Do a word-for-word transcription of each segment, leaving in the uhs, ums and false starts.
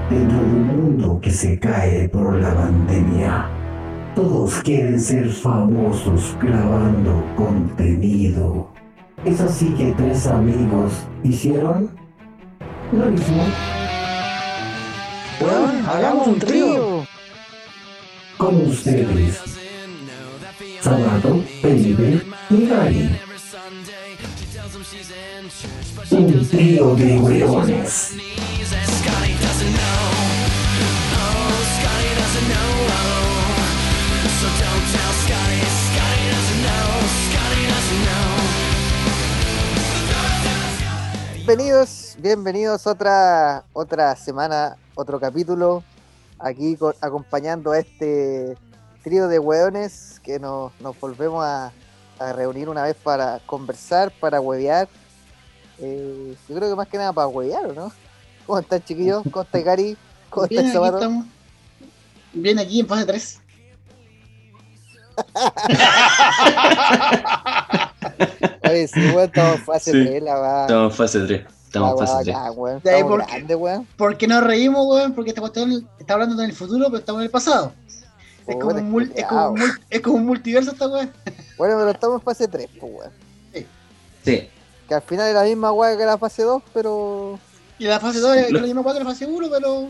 Dentro de un mundo que se cae por la pandemia, todos quieren ser famosos grabando contenido. Es así que tres amigos hicieron lo mismo. Weón, hagamos un trío. Con ustedes, Sabato, Felipe y Gary. Un trío de hueones. Bienvenidos, bienvenidos otra otra semana, otro capítulo, aquí con, acompañando a este trío de hueones que nos, nos volvemos a, a reunir una vez para conversar, para huevear. Eh, yo creo que más que nada para huevear, ¿o no? ¿Cómo están, chiquillos? ¿Cómo está Gary? ¿Cómo Bien, está aquí Sabato? estamos. Bien, aquí en fase tres. Oye, sí, weón, estamos en fase Sí, tres, la va. Estamos en fase tres. Estamos en fase tres. Weón. De ahí Estamos porque- grandes, weón. ¿Por qué nos reímos, weón? Porque esta cuestión está hablando en el futuro, pero estamos en el pasado. Es Puta, como, un mul- es, como un culiao. mul- es como un multiverso esta weón. Bueno, pero estamos en fase tres, pues, weón. Sí. Que al final es la misma weá que la fase dos, pero... Y la fase dos es lo mismo que la fase uno, pero.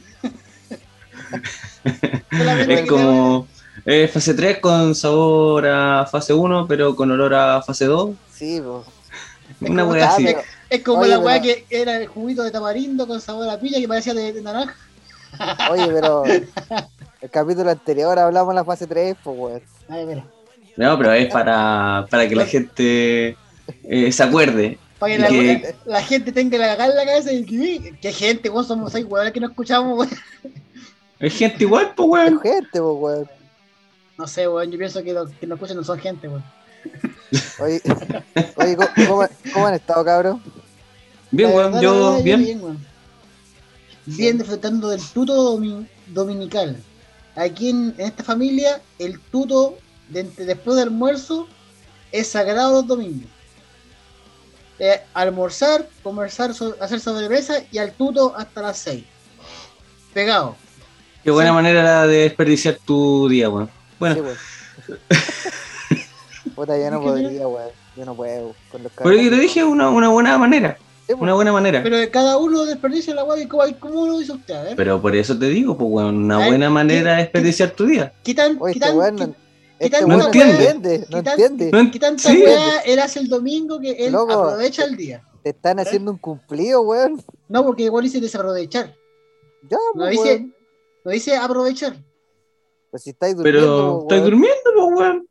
Solamente Es que como eh, fase tres con sabor a fase uno, pero con olor a fase dos. Sí, pues. Es Una como- wea Ah, así. pero- Es como Oye, la weá pero- que era el juguito de tamarindo con sabor a piña que parecía de, de naranja. Oye, pero el capítulo anterior hablamos de la fase tres, pues, weón. Ay, mira. No, pero es para, para que la gente eh, se acuerde. Para que Y la, que- la gente tenga la cagada en la cabeza y que, que gente, weón, somos seis weones que no escuchamos, weón. Es gente igual, pues, Es weón. gente, pues, weón. No sé, weón, yo pienso que los que nos escuchan no son gente, weón. Oye, oye ¿cómo, cómo- cómo han estado, cabrón? Bien, La weón. verdad, la Yo, verdad, bien. Bien, weón. Bien disfrutando del tuto domi- dominical. Aquí en, en esta familia, el tuto de entre- después del almuerzo es sagrado los domingos. Eh, almorzar, conversar, so- hacer sobremesa y al tuto hasta las seis. Pegado. Qué buena Sí. manera de desperdiciar tu día, weón. Bueno, Sí, weón. Puta, yo no podría, weón. Yo no puedo con los pero yo cabros. te dije una, una buena manera. Sí, pues. Una buena manera. Pero de cada uno desperdicia la weá y cómo, cómo lo hizo usted, a ver. Pero por eso te digo, pues, weón, una A ver, buena manera ¿qué- de desperdiciar tu día. ¿Qué tan, Oye, qué este tan, weón qué- no, qué este tanta weón no weá- entiende, no qué tan- entiende. No en- qué tanta Sí. weá él hace el domingo que él Loco. aprovecha el día? Te están haciendo un cumplido, weón. No, porque igual dice desaprovechar. Ya, No pues, dice, weón. no dice aprovechar. Pues si estáis durmiendo, Pero pues, estoy weón. durmiendo, pues, weón.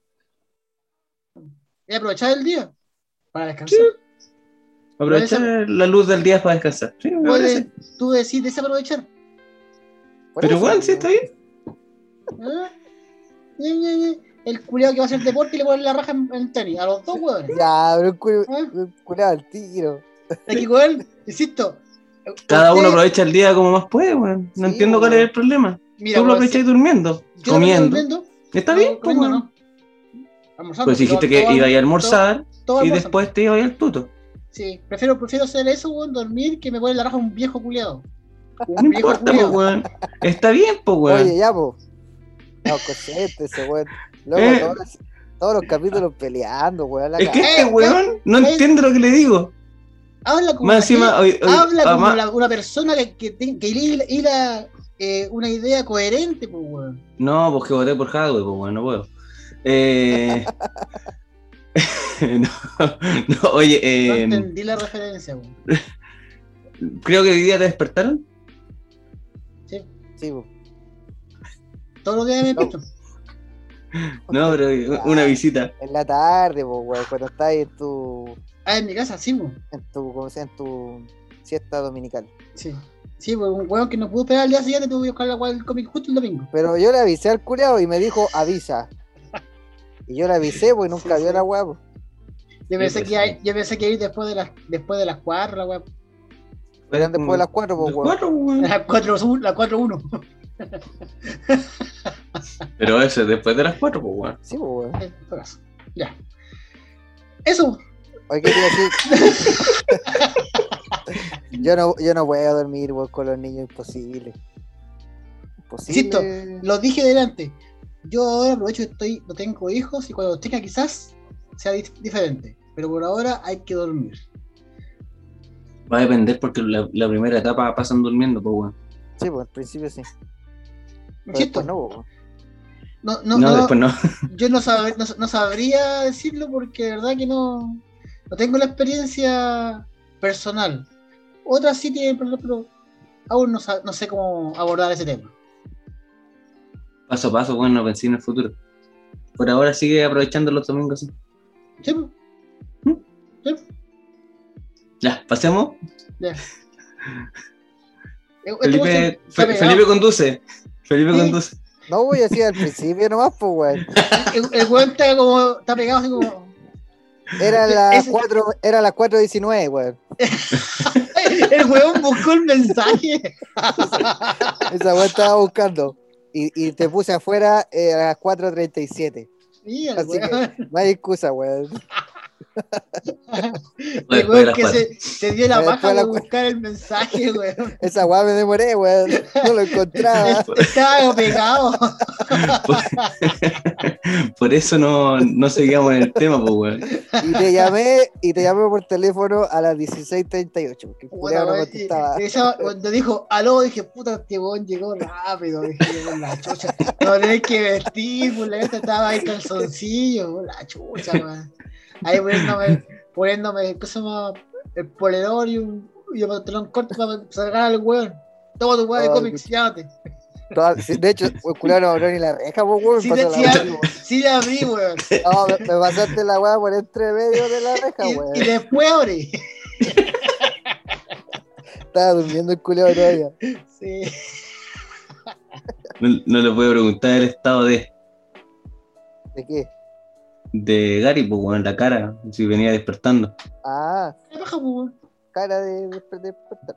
Es aprovechar el día para descansar. Aprovechar la luz del día para descansar. Sí, me Puede, parece. tú decís desaprovechar. Por Pero, eso, weón, sí está bien. ¿Ah? Ñe, Ñe, Ñe. El culiado que va a hacer deporte y le pone la raja en, en tenis. A los dos hueones. Ya, pero un cul- ¿Ah? un culado al tiro. Aquí con él, insisto. Cada usted- uno aprovecha el día como más puede, weón. No Sí, entiendo cuál weón. es el problema. Mira, Tú lo weón, aprovechas si- durmiendo, yo comiendo. durmiendo, Está no, bien, pues, comiendo weón. no. Almorzando. Pues dijiste todo- que todo- iba a ir a almorzar todo- todo y almuerzan. después te iba a ir al tuto. Sí, prefiero, prefiero hacer eso, weón, dormir, que me pone la raja un viejo culiado. Un No viejo importa, pues, culiao. weón. Está bien, pues, weón. Oye, ya, po. No, consciente ese weón. Loco, Eh. todos, los, todos los capítulos peleando, weón. La Es que cagada. este Eh, weón no eh. entiende lo que le digo. Habla como, Más la encima, gente- hoy- hoy- habla como ama- la- una persona que, que, te- que hila, hila, eh, una idea coherente, pues, weón. No, pues que voté por Hadwe, pues, weón, no puedo. Eh... no, no, oye, No eh, entendí la referencia, weón. creo que hoy día te despertaron. Sí, Sí, po. todos los días me No. pecho. No, pero una visita. En la tarde, po, weón. Cuando estás en tu, Ah, en mi casa, sí, weón. en tu, ¿cómo se llama? En tu siesta dominical. Sí. Sí, pues un weón que no pudo esperar al día siguiente, tuvo que buscar la weá del cómic justo el domingo. Pero yo le avisé al culiao y me dijo, avisa. Y yo le avisé, pues nunca Sí, vio sí. la weá, po. Yo pensé pues, que iba- sí. yo pensé que ir después de las después de las cuatro, la weá. Eran después de las cuatro, po, Las weón. cuatro, weón. Las cuatro, las cuatro uno. Pero eso es después de las cuatro, pues, weón. Sí, po, weón. En todo caso. Ya. Eso. Oye, ¿qué te iba a decir? Yo no, yo no puedo dormir, weón, con los niños, imposible. Insisto, Imposible. lo dije delante. Yo ahora aprovecho que estoy, no tengo hijos y cuando los tenga quizás sea dif- diferente. Pero por ahora hay que dormir. Va a depender porque la, la primera etapa pasan durmiendo, pues weón. Sí, pues al principio sí. Pero Insisto, después no, weón. no, no, No, no, después no. yo no, sab- no, no sabría decirlo porque de verdad que no, no tengo la experiencia personal. Otras sí tienen, pero, pero aún no, sa- no sé cómo abordar ese tema. Paso a paso, bueno, no pensé en el futuro. Por ahora sigue aprovechando los domingos, sí. ¿Sí? ¿Sí? Ya, pasemos. Ya. Este Felipe, weón se- Fe- está Felipe pegado. conduce. Felipe Sí. conduce. No, voy a decir al principio nomás, pues, weón. El, el weón está como, está pegado así como. Era las Ese- cuatro, era las cuatro diecinueve, weón. El weón buscó el mensaje. Esa weón estaba buscando. Y, y te puse afuera eh, a las cuatro treinta y siete. Mira, el Así weón. que no hay excusa, weón. El Después de weón las que cuatro. se, se dio la Después paja de de la cu- buscar el mensaje, weón. Esa weá me demoré, weón. No lo encontraba. Estaba pegado. Por, por eso no, no seguíamos en el tema, pues weón. Y te llamé, y te llamé por teléfono a las dieciséis treinta y ocho, porque el Puta, culiao no weón, contestaba. y- y esa- cuando dijo aló, dije, puta, este weón llegó rápido. Dije, por la chucha. No tenés que vestir, por la neta estaba ahí calzoncillo, por la chucha, weón. Ahí poniéndome, poniéndome, ¿qué se llama? El poledor y un, y un pantalón corto para sacar al weón. Toma tu weón de Ay, cómics, llévate. Toda- sí, de hecho, el culiao no abrió ni la reja, pues, weón. Sí, pasó de- la sí, weá la- así, weón. sí la abrí, weón. No, me, me pasaste la weá por entre medio de la reja, Y, weón. y después abrí. Estaba durmiendo el culiao todavía. Sí. No, no le puedo preguntar el estado de, ¿De qué? de Gary, pues weón, la cara, si venía despertando. Ah, ¿Qué paja, po, weón? cara de de- de despertar.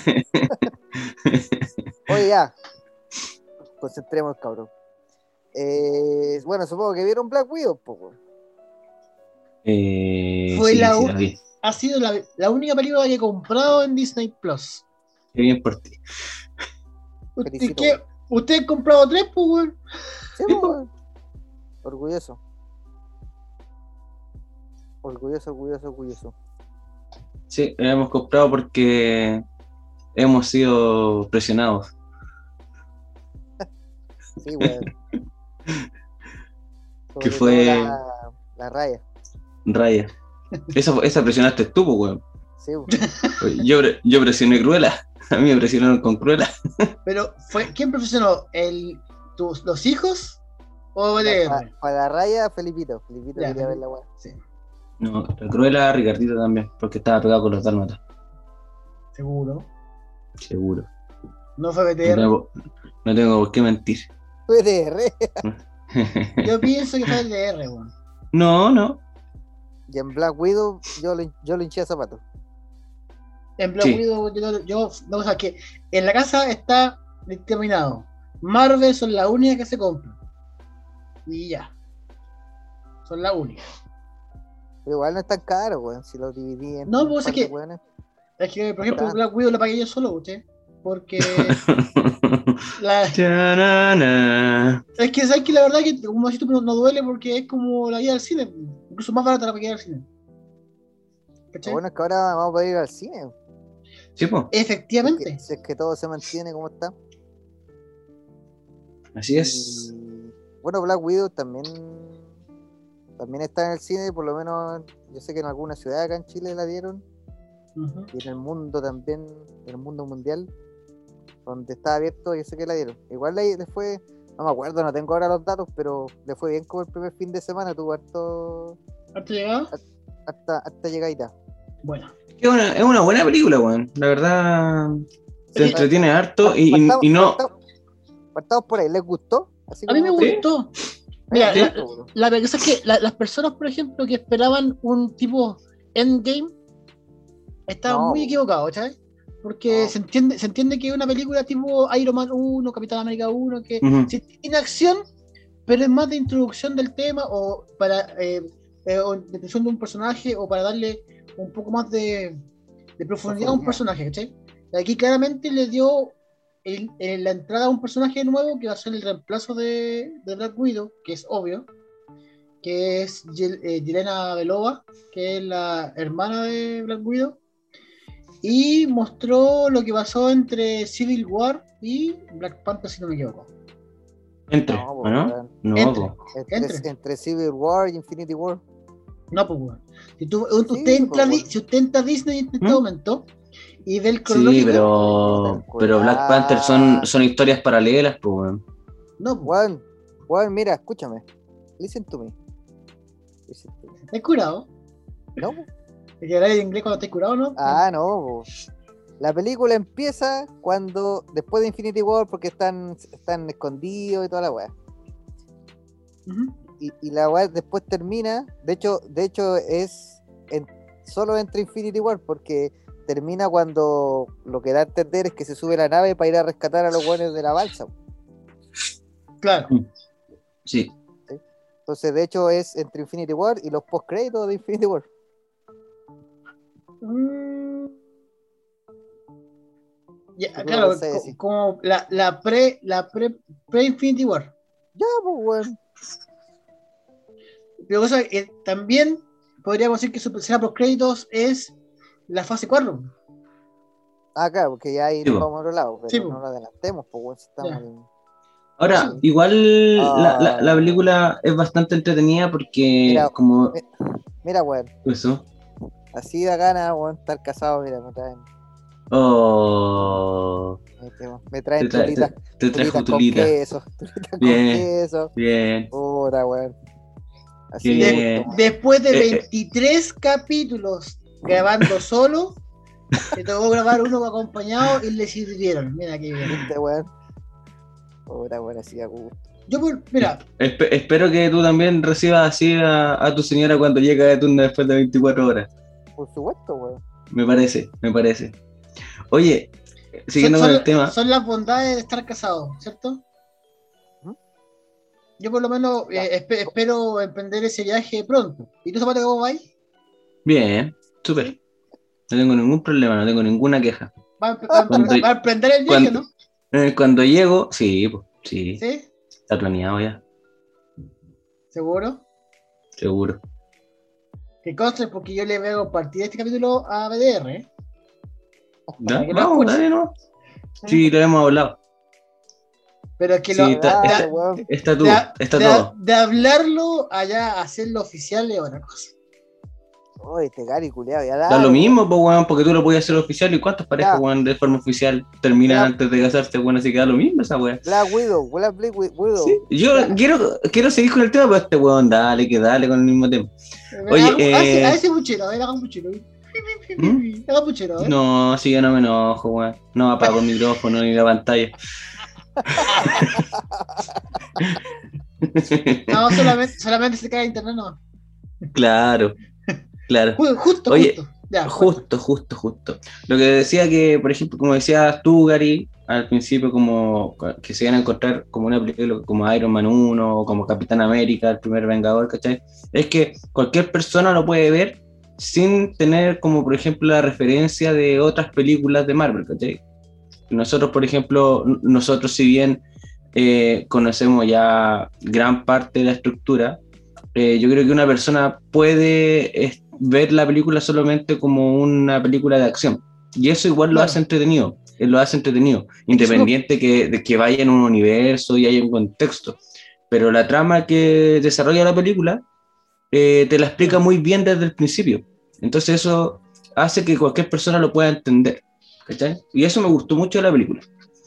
Oye, ya. Concentremos, cabrón. Eh, bueno, supongo que vieron Black Widow, pues, weón. Eh, Fue sí, la sí, u- la vi. Ha sido la, la única película que he comprado en Disney Plus. Qué bien por ti. ¿Usted, Felicito, qué? weón. ¿Usted ha comprado tres, pues, weón? Sí, pues, weón. Orgulloso. Orgulloso, orgulloso, orgulloso. Sí, hemos comprado porque hemos sido presionados. Sí, weón. Que Sobre fue- todo La, la raya. Raya. Esa, esa presionaste tú, pues weón. Sí, weón. Yo, pre- yo presioné Cruella. A mí me presionaron con Cruella. Pero, fue, ¿quién profesionó? ¿El, tus, ¿Los hijos o B D Para, R? para la raya, Felipito. Felipito Ya, quería ver la weá. Sí, No, la Cruella, Ricardito también, porque estaba pegado con los dálmatas. seguro. Seguro. No fue No B D R. tengo, no tengo por qué mentir. B D R. Yo pienso que fue B D R, weón. No, no. Y en Black Widow yo lo, yo lo hinché a zapatos. En Black Sí. Widow, yo, yo, no, o sea, que en la casa está determinado. Marvel son las únicas que se compran. Y ya. Son las únicas. Pero igual no es tan caro, weón. Si lo dividí en No, un pues, par es de que- weones. Es que, por ejemplo, Bacán. Black Widow la pagué yo solo, usted. Porque la, Chanana. es que sabes que la verdad que como si tú no, no duele porque es como la vida del cine. Incluso más barata la pagué del cine. Lo ¿Cachai? bueno es que ahora vamos a poder ir al cine. Sí, pues, Efectivamente. Que- si es que todo se mantiene como está. así es. Y, bueno, Black Widow también también está en el cine, por lo menos yo sé que en alguna ciudad acá en Chile la dieron, Ujú. y en el mundo también, en el mundo mundial, donde está abierto, yo sé que la dieron. Igual le, le fue, no me acuerdo, no tengo ahora los datos, pero le fue bien como el primer fin de semana, tuvo harto, ¿Harto llegado? harta, harta llegadita. Bueno. Es una, es una buena película, weón. La verdad, te Sí. entretiene harto y, y- Partamos- y no. partamos- partamos por ahí, ¿les gustó? Así A mí me como- gustó. Mira, Sí. la, la cosa es que la- las personas, por ejemplo, que esperaban un tipo Endgame, estaban No. muy equivocados, ¿sabes? Porque No. se entiende, se entiende que es una película tipo Iron Man uno, Capitán América uno, que Ujú. sí tiene acción, pero es más de introducción del tema o para eh, eh, o de introducción de un personaje o para darle un poco más de, de profundidad a un personaje, ¿cachai? Aquí claramente le dio el, el, la entrada a un personaje nuevo que va a ser el reemplazo de, de Black Widow, que es obvio, que es Yel, eh, Yelena Belova, que es la hermana de Black Widow, y mostró lo que pasó entre Civil War y Black Panther, si no me equivoco. Entre, No, po, ¿no? weón. No, Entre. po. Entre, Entre. entre Civil War y Infinity War. No, pues, weón. Si, tú- Sí, usted entra, pues, di- weón. si usted entra a Disney en este ¿Mm? momento y ve el Sí, cronológico, pero, pero Black Panther son, son historias paralelas, pues, weón. no, pues, Juan, Juan, mira, escúchame. Listen to me. Listen to me. ¿estás curado? ¿No? po? ¿Te quedarás en inglés cuando estés curado, no? Ah, no. po. La película empieza cuando, después de Infinity War, porque están, están escondidos y toda la weá. Uh-huh. Y, y la weá después termina, de hecho, de hecho es en, solo entre Infinity War, porque termina cuando lo que da a entender es que se sube la nave para ir a rescatar a los weones de la balsa. Claro. Sí. Entonces, de hecho, es entre Infinity War y los post-créditos de Infinity War. Mm. Ya, ¿Tú claro, lo pensás co- así? como la, la pre la pre pre Infinity War. Ya, pues, weón. Pero cosa que también podríamos decir que su escena post créditos es la fase cuatro. Ah, claro, porque ya ahí Sí, nos po. vamos a otro lado, pero Sí, po. no lo adelantemos, pues, weón, si estamos Ya. en- Ahora, Sí. igual la, la, la Ah. película es bastante entretenida porque Mira, como mi- Mira, weón, eso. así da gana, weón, estar casado, mira, me traen, Oh, me, me traen te, tra- tulitas, te, te trajo tulitas con tulita. queso, tulitas con Bien. queso, Bien. puta, weón. Así Qué me bien. gusta, weón. Después de Eh, eh. veintitrés capítulos grabando solo, le tocó grabar uno acompañado y le sirvieron. Mira qué bien. ¿Viste, weón? Puta, weón, así a gusto. Yo, por- mira, Espe- espero que tú también recibas así a, a tu señora cuando llega de turno después de veinticuatro horas. Por supuesto, weón. Me parece, me parece. Oye, siguiendo son, con el son- tema. son las bondades de estar casado, ¿cierto? ¿Mm? Yo por lo menos Ya. eh, espe- espero emprender ese viaje pronto. ¿Y tú, Zapata, cómo vais? Bien, súper. No tengo ningún problema, no tengo ninguna queja. ¿Va a, empe- va a Cuando- emprender- va a emprender el viaje, cuando- no? Eh, Cuando llego, sí, pues, sí, ¿Sí? está planeado ya, ¿Seguro? seguro. Que conste porque yo le voy a compartir este capítulo a B D R, ¿eh? ¿Ya? Para que lo Vamos, escuche. dale, ¿no? Sí, lo hemos hablado. Pero es que Sí, lo, está, de- está, weón. está todo, de, está de- todo. de hablarlo allá, hacerlo oficial es otra cosa. Oye, este Gary culiado, ya Da dale, lo weón. mismo, pues, weón, porque tú lo puedes hacer oficial y cuántas parejas, Ya. weón, de forma oficial terminan Ya. antes de casarse, weón, así que da lo mismo esa weón. Black Widow, Black Black Widow. Sí, yo Ya. quiero, quiero seguir con el tema, pero este weón, dale, que dale con el mismo tema. Oye, Haga- eh, hace- a ese puchero, a ver, haga un puchero. ¿Mm? Haga puchero, ¿eh? No, así yo no me enojo, weón. No apago el micrófono ni la pantalla. No, solamente, solamente se cae internet, no. Claro, claro. Ju- Justo, Oye, justo. Ya, Justo, justo, justo. Lo que decía que, por ejemplo, como decías tú, Gary, al principio, como que se iban a encontrar como una película como Iron Man uno o como Capitán América, el primer Vengador, ¿cachai? Es que cualquier persona lo puede ver sin tener como, por ejemplo, la referencia de otras películas de Marvel, ¿cachai? Nosotros, por ejemplo, n- nosotros si bien eh, conocemos ya gran parte de la estructura, eh, yo creo que una persona puede eh, ver la película solamente como una película de acción. Y eso igual lo Claro. hace entretenido, eh, lo hace entretenido, independiente que, de que vaya en un universo y haya un contexto. Pero la trama que desarrolla la película eh, te la explica muy bien desde el principio. Entonces eso hace que cualquier persona lo pueda entender, ¿cachai? Y eso me gustó mucho de la película.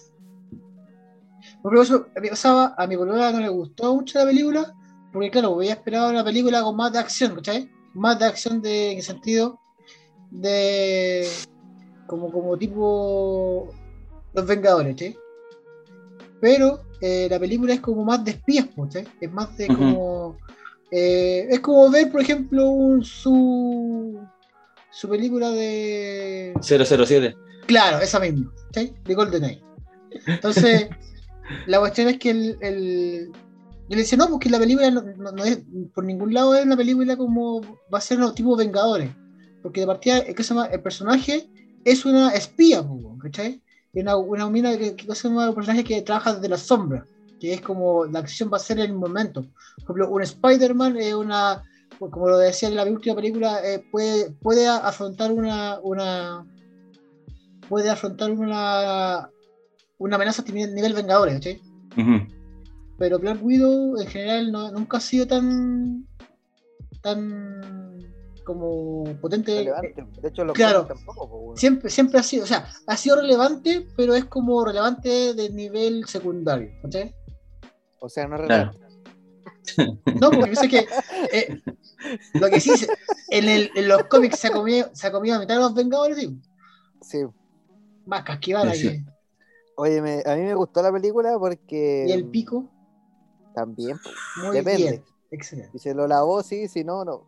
Porque eso, a mí pasaba, a mi polola no le gustó mucho la película, porque claro, había esperado una película con más de acción, ¿cachai? Más de acción de, en el sentido de como, como tipo Los Vengadores, ¿sí? Pero eh, la película es como más de espías, ¿sí? Es más de Ujú. como eh, es como ver, por ejemplo, un, su su película de cero cero siete. claro, esa misma, ¿sí? De GoldenEye. Entonces, la cuestión es que el, el yo le decía, no, porque la película no, no- no es, por ningún lado es una película como va a ser un tipo Vengadores, porque de partida, ¿qué se llama? El personaje es una espía, ¿cachai? Es una, una mina que, que es un personaje que trabaja desde la sombra, que es como la acción va a ser en el momento. Por ejemplo, un Spider-Man es una, como lo decía en la última película, eh, puede, puede afrontar una, una puede afrontar una una amenaza a nivel Vengadores, ¿cachai? Uh-huh. Pero Black Widow en general no, nunca ha sido tan tan como potente. Relevante. De hecho, los claro, tampoco, pues, bueno. siempre, siempre ha sido, o sea, ha sido relevante, pero es como relevante de nivel secundario, ¿cachai? O sea, no es relevante. Claro. No, porque pienso que eh, lo que sí, en, el, en los cómics se ha comido, se ha comido a mitad de los Vengadores, sí. Sí. Más casquivana Sí. que. Oye, me, a mí me gustó la película porque. Y el pico, También, pues, muy depende. bien. Excelente. Si se lo lavó, sí, si no, no.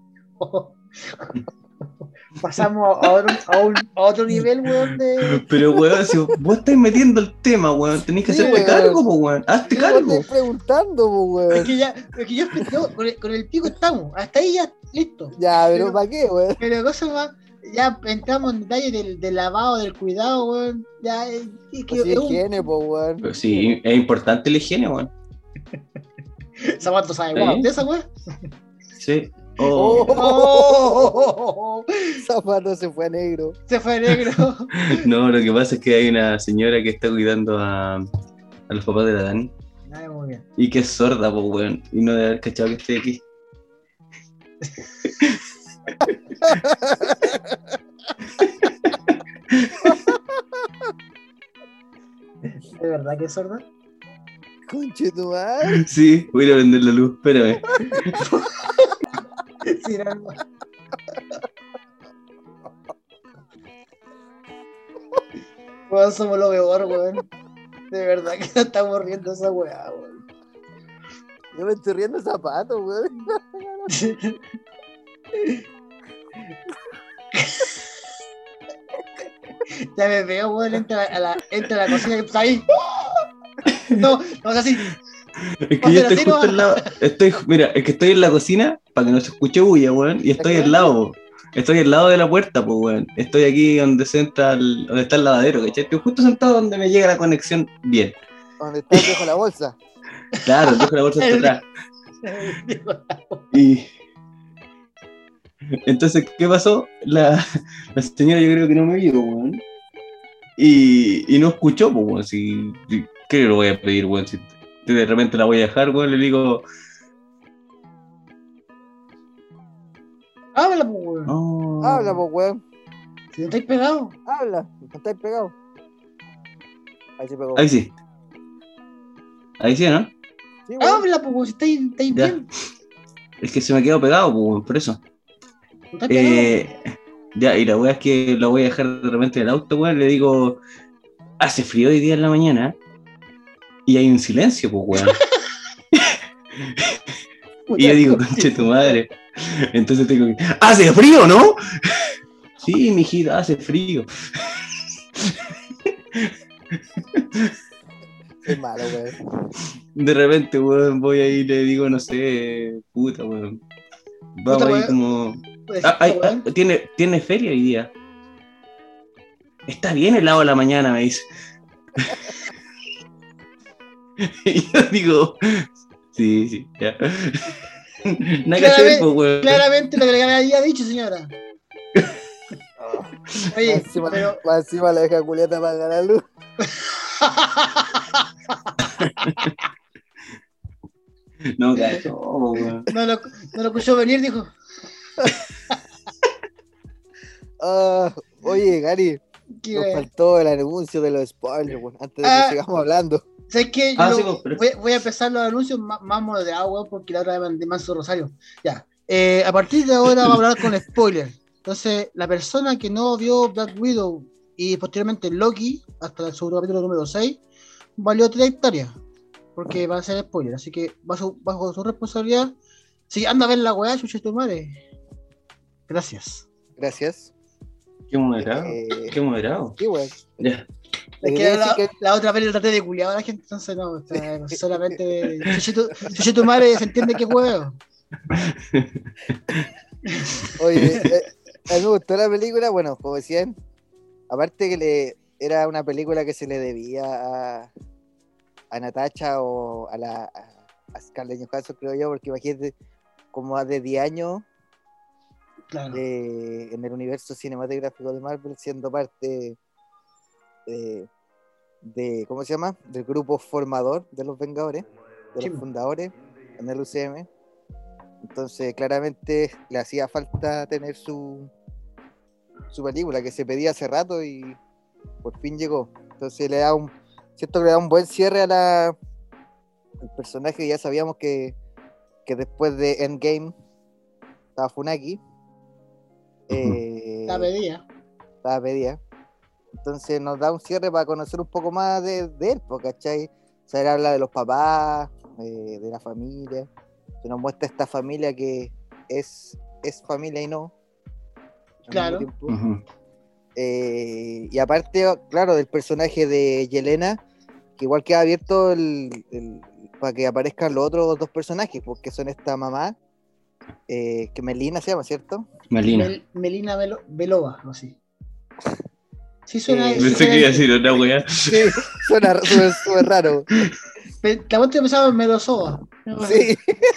Pasamos a otro, a, un, a otro nivel, weón, de. Pero, weón, si vos estáis metiendo el tema, weón, tenés que Sí, hacerte weón. cargo, po, weón. Hazte Sí, cargo. estoy preguntando, pues, Es weón. que ya, es que yo, yo con, el, con el pico estamos, hasta ahí ya, listo. Ya, pero, Pero- ¿para qué, weón? Pero cosa más, ya entramos en detalle del, del lavado, del cuidado, weón. Ya, es, es que Pues sí, es un higiene, pues, weón. Pero sí, es importante la higiene, weón. zapato sabe, ¿Está wow, bien? de esa weón. Sí. Oh. Oh, Zapato se fue a negro. se fue negro. No, lo que pasa es que hay una señora que está cuidando a, a los papás de la Dani Ay, muy bien. y que es sorda, pues, weón. Y no debe haber cachado que estoy aquí. ¿De verdad que es sorda? Conche tu madre. Sí, voy a ir a prender la luz, espérame. Sí, no, no. Weón, somos lo peor, weón. De verdad que no estamos riendo esa weá, weón. Yo me estoy riendo de zapatos, weón. Ya me veo, weón, entra a la, entra a la cocina y está ahí. No, no es así. Es que yo estoy Así justo no. al lado. Estoy, mira, es que estoy en la cocina para que no se escuche bulla, weón. Y estoy al lado, po. Estoy al lado de la puerta, pues, weón. Estoy aquí donde se entra el, donde está el lavadero, ¿cachai? Estoy justo sentado donde me llega la conexión bien. Donde está el viejo la bolsa. Claro, dejo la bolsa hasta atrás. Y entonces, ¿qué pasó? La, la señora yo creo que no me vio, weón. Y, y no escuchó, pues, weón. Si, ¿qué le voy a pedir, weón? Si de repente la voy a dejar, weón, le digo, Habla, pues, weón. oh. Habla, pues, weón. Si no estáis pegados. Habla. No estáis pegados. Ahí se pegó. Ahí sí. Ahí sí, ¿no? Sí, weón. Habla, pues, weón, si estáis, estáis Ya. bien. Es que se me quedó pegado, pues, weón, por eso. No estáis pegados. Eh, ya, y la weá es que la voy a dejar de repente en el auto, weón. Le digo, hace frío hoy día en la mañana. Y hay un silencio, pues, weón. Y yo digo, conche tu madre. Entonces tengo que, ¡hace frío, no! Sí, mijita, hace frío. Es malo, weón. De repente, weón, voy ahí y le digo, no sé, puta, weón. Vamos Puta, ahí weón. como. Pues, Ah, ay, weón. ah, tiene, tiene feria hoy día. Está bien helado de la mañana, me dice. Y yo digo, sí, sí, ya. Nada que hacer, pues, weón. Claramente lo que le había dicho, señora. Oye, Más encima, pero. más encima la deja culiata para ganar luz. No, cacho, weón. No lo, no lo escuchó venir, dijo. Ah, oye, Gary, Que, nos faltó el anuncio de los spoilers, weón, antes de que Ah. sigamos hablando. ¿Sabes qué? Yo Ah, lo- sí, pues, pero- voy, voy a empezar los anuncios más, más moderados, weón, porque la otra vez mandé Manso Rosario. Ya. Eh, a partir de ahora vamos a hablar con spoilers. Entonces, la persona que no vio Black Widow y posteriormente Loki, hasta el segundo capítulo número seis, valió tres hectáreas. Porque va a ser spoiler. Así que bajo, bajo su responsabilidad, si anda a ver la weá, chucha tu madre. Gracias. Gracias. Qué moderado, Eh, qué moderado. Sí, weón. Ya. Es que Quería la, decir que- la otra vez le traté de culiado a la gente, entonces no, o sea, solamente chucha tu, chucha tu madre se entiende que huevo. Oye, eh, a mí me gustó la película, bueno, como decían, aparte que le, era una película que se le debía a, a Natasha o a la a, a Scarlett Johansson, creo yo, porque imagínate, como hace diez años Claro. eh, en el universo cinematográfico de Marvel, siendo parte de, de, ¿cómo se llama? Del grupo formador de los Vengadores, de Sí. los fundadores en el U C M. Entonces, claramente le hacía falta tener su, su película que se pedía hace rato y por fin llegó. Entonces le da un, siento que le da un buen cierre a la, al personaje. Ya sabíamos que, que después de Endgame estaba Funaki. Eh, La pedía. estaba pedida. Entonces nos da un cierre para conocer un poco más de, de él, ¿cachai? O sea, él habla de los papás, eh, de la familia. Se nos muestra esta familia que es, es familia y no. al Claro. mismo tiempo. Ujú. Eh, y aparte, claro, del personaje de Yelena, que igual queda abierto el, el- para que aparezcan los otros dos personajes, porque son esta mamá, eh, que Melina se llama, ¿cierto? Melina. Mel- Melina Velo- Belova, no sé. Sí suena, Eh, sí Pensé suena que iba a bien. decir otra weá. Sí, suena súper súper raro. Pe- La vuelta pensaba en Melosova. Sí.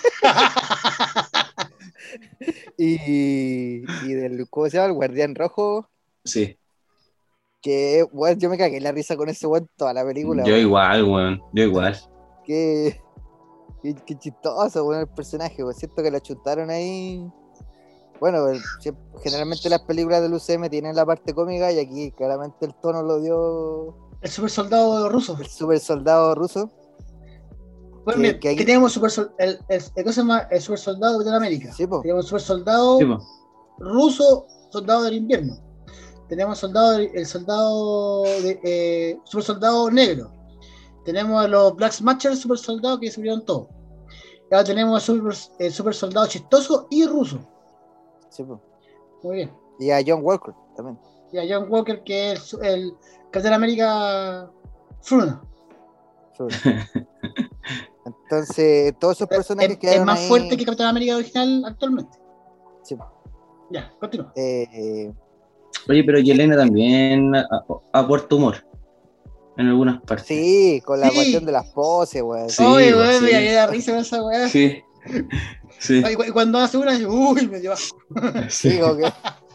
Y, y del, ¿cómo se llama? El Guardián Rojo, Sí. que, bueno, yo me cagué la risa con ese weón toda la película, Yo weón. igual, weón. Yo igual. Qué, qué, qué chistoso, weón, el personaje, weón. Siento que lo chuntaron ahí. Bueno, el- siempre- generalmente las películas del U C M tienen la parte cómica y aquí claramente el tono lo dio El super soldado ruso. el super soldado ruso. Bueno, que- mira, que aquí- que tenemos super sol- el, el, el, ¿cómo se llama? El super soldado de América. Sí, po. Tenemos super soldado Sí, po. ruso, soldado del invierno. Tenemos soldado, el soldado de, eh, super soldado negro. Tenemos a los Black Smashers, super soldados que subieron todo. Y ahora tenemos el super, el super soldado chistoso y ruso. Sí, po. Muy bien. Y a John Walker también. Y a John Walker, que es el, el Capitán América Fruna. Sí. Entonces, todos esos personajes Es, es quedaron más ahí. fuerte que Capitán América original actualmente. Sí, po. Ya, continúa. Eh, Oye, pero Yelena también a- a- aporta humor en algunas partes. sí, con la Sí. cuestión de las poses, weón. Sí, Oye, pues, weón, sí. me cagué de risa con esa weá. Sí. Sí. Y cu- cuando hace una, yo, uy, me dio asco. Sí, Sí. como que-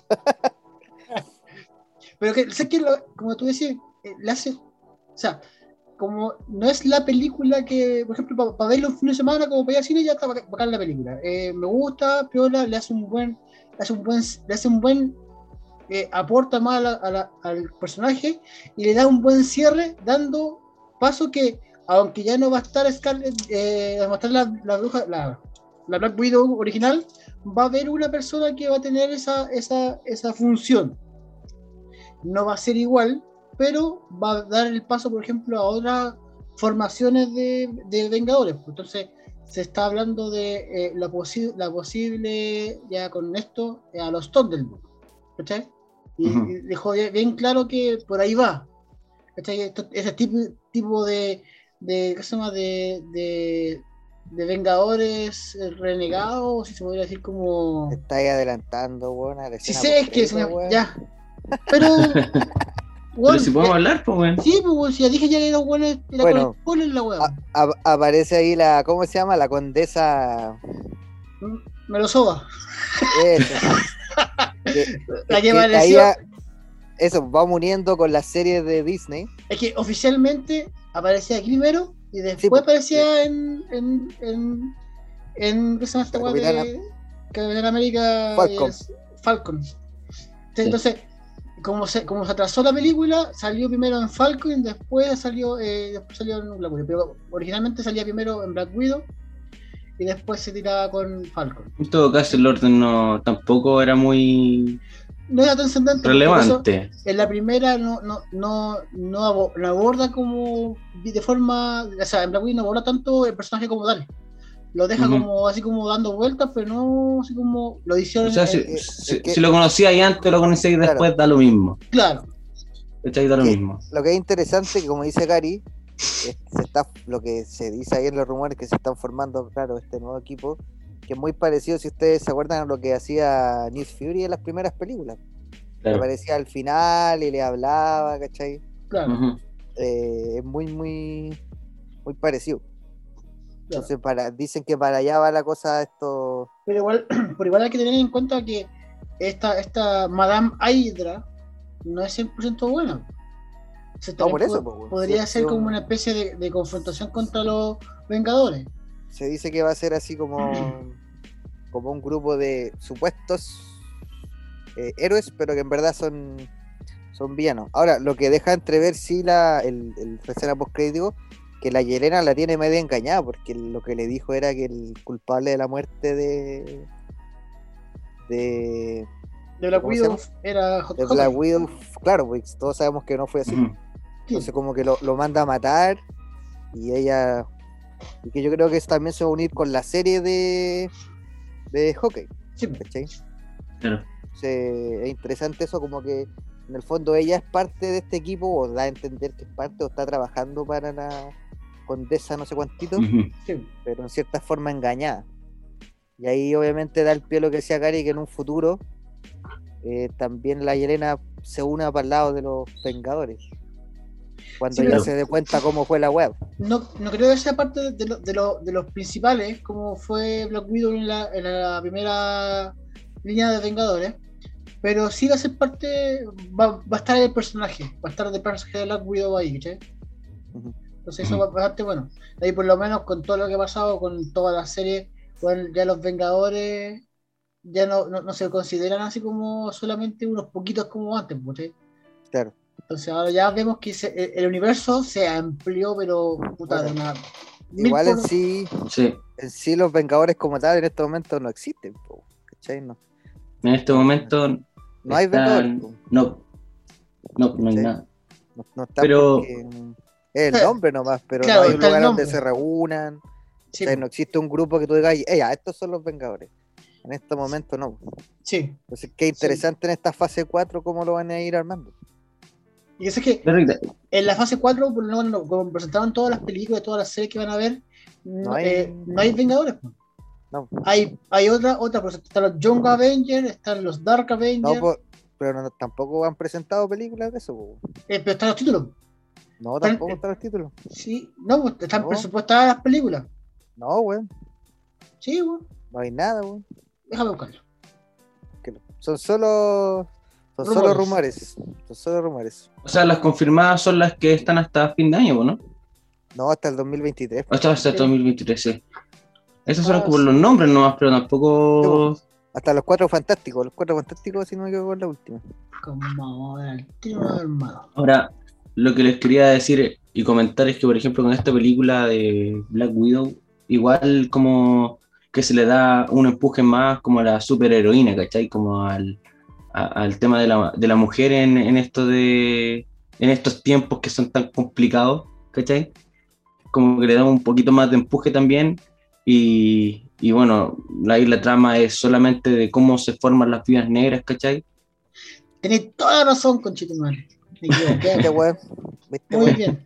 Pero que, sé que, lo- como tú decías, eh, le hace. O sea, como no es la película que, por ejemplo, para verlo un fin de semana, como para ir al cine, ya está bac- bacán la película. Eh, me gusta, Piola, le hace un buen. Le hace un buen. Le hace un buen eh, aporta más a la- a la- al personaje y le da un buen cierre, dando paso que, aunque ya no va a estar Scarlett, eh, va a estar la, la bruja, la, la Black Widow original, va a haber una persona que va a tener esa, esa, esa función. No va a ser igual, pero va a dar el paso, por ejemplo, a otras formaciones de, de Vengadores. Entonces, se está hablando de eh, la, posi la posible, ya con esto, eh, a los Thunderbolts. ¿Cachai? Y, Ujú. y dejó bien, bien claro que por ahí va. ¿Cachai? Esto- ese tipo, tipo de, de, ¿qué se llama? De, de, de Vengadores eh, renegados, si se podría decir como. Te estáis adelantando, weón, a la Si escena sé, es que se me- post-crédito, weón. ya. Pero. Pero weón, si podemos eh, hablar, pues, weón. sí, pues weón, si ya dije ya que los buenos era Bueno. con spoiler la weón. A- a- aparece ahí la, ¿cómo se llama? La condesa. Me lo soba. Eso. Que- La que que apareció. ahí a- eso, va uniendo con las series de Disney. Es que oficialmente aparecía aquí primero y después Sí, pues, aparecía en, en, en, en. ¿Qué se llama esta weá Capitana- de Capitán América? Falcon. es Falcon. Entonces, como se, como se atrasó la película, salió primero en Falcon y después salió, eh, después salió en Black Widow. Pero originalmente salía primero en Black Widow y después se tiraba con Falcon. En todo caso, el orden no tampoco era muy No era trascendente porque por eso relevante. en la primera no, no, no, no, abo- no aborda como de forma, o sea, en Black Widow no aborda tanto el personaje como tal. Lo deja Ujú. como así como dando vueltas, pero no así como lo hicieron. O sea, en- si, eh, si- es que- si lo conocía y antes lo conocía y Claro. después, da lo mismo. Claro, ¿Cachai? Da lo Que- mismo. Lo que es interesante, que como dice Gary, es que se está, lo que se dice ahí en los rumores, que se están formando, claro, este nuevo equipo, que es muy parecido, si ustedes se acuerdan, a lo que hacía Nick Fury en las primeras películas. que aparecía al final y le hablaba, ¿cachai? Claro. Ujú. Eh, es muy, muy, muy parecido. Claro. Entonces, para, dicen que para allá va la cosa esto. Pero igual, por igual hay que tener en cuenta que esta, esta Madame Hydra no es cien por ciento buena. O sea, No, también por eso, po- po, weón. podría Sí, ser sí, como un- una especie de, de confrontación contra los Vengadores. Se dice que va a ser así como, como un grupo de supuestos eh, héroes, pero que en verdad son, son villanos. Ahora, lo que deja entrever sí la, el, el la escena post-crédito, que la Yelena la tiene medio engañada, porque lo que le dijo era que el culpable de la muerte de de, De Black ¿cómo se Widow llama? era Hot de Hawkeye. Black Widow, claro, pues todos sabemos que no fue así. Ujú. Sí. Entonces como que lo, lo manda a matar y ella, y que yo creo que eso también se va a unir con la serie de de Hawkeye, Sí. ¿cachai? Claro. Eh, Es interesante eso, como que en el fondo ella es parte de este equipo, o da a entender que es parte, o está trabajando para la condesa no sé cuántito, Ujú. Sí. pero en cierta forma engañada. Y ahí obviamente da el pie a lo que decía Gary, que en un futuro eh, también la Yelena se una para el lado de los Vengadores. Cuando Sí, ella pero- se dé cuenta cómo fue la web. No, no creo que sea parte de, de lo- de lo- de los principales, como fue Black Widow en la, en la primera línea de Vengadores, pero sí va a ser parte, va, va a estar el personaje, va a estar el personaje de Black Widow ahí, ¿cachai? Ujú. Entonces eso va bastante bueno. Ahí por lo menos con todo lo que ha pasado, con toda la serie, bueno, ya los Vengadores ya no, no, no se consideran así como solamente unos poquitos como antes, ¿cachai? Claro. Entonces ahora ya vemos que se- el, el universo se amplió, pero puta, de Bueno, una mil Igual en por- sí, Sí. en sí los Vengadores como tal en este momento no existen, po, ¿cachai? No, En este momento no hay están- Vengadores, po, No, no, no hay ¿cachai? nada. No, no están Pero- porque mm, es el nombre nomás, pero Claro, no hay un está el lugar donde nombre. se reúnan. Sí, O sea, po, no existe un grupo que tú digas, "Ey, ya, estos son los Vengadores". En este momento no. sí. Entonces, qué interesante en esta fase cuatro cómo lo van a ir armando. Y eso es que Pero- en la fase cuatro, por lo menos, como presentaron todas las películas, todas las series que van a ver, no, No hay- eh, no hay Vengadores. Po. No, Hay, hay otra, otra, pues están los Young Avengers, están los Dark no Avengers, po- pero no- tampoco han presentado películas de eso, po. eh, pero están los títulos. No, Están- tampoco están los títulos. Sí, no, pues están No. presupuestadas las películas. No, weón. Sí, bueno, No hay nada, weón. déjame buscarlo. Que no. Son solo. Son Rumores. solo rumores. Son solo rumores. O sea, las confirmadas son las que están hasta fin de año, ¿no? No, hasta el dos mil veintitrés. O hasta hasta Sí. dos mil veintitrés, sí. Esos son Ah, como sí. los nombres nomás, pero tampoco. Hasta los cuatro fantásticos. Los cuatro fantásticos, si no me equivoco, es la última. Como ahora, el tiro hermano. Ahora, lo que les quería decir y comentar es que, por ejemplo, con esta película de Black Widow, igual como que se le da un empuje más como a la superheroína, ¿cachai? Como al, a- al tema de la, de la mujer en, en esto de en estos tiempos que son tan complicados, ¿cachai? Como que le da un poquito más de empuje también. Y, y bueno, ahí la trama es solamente de cómo se forman las vidas negras, ¿cachai? Tenéis toda la razón, conchetumare. Me equivoqué. ¿Viste, weón? ¿Viste, Muy weón? bien.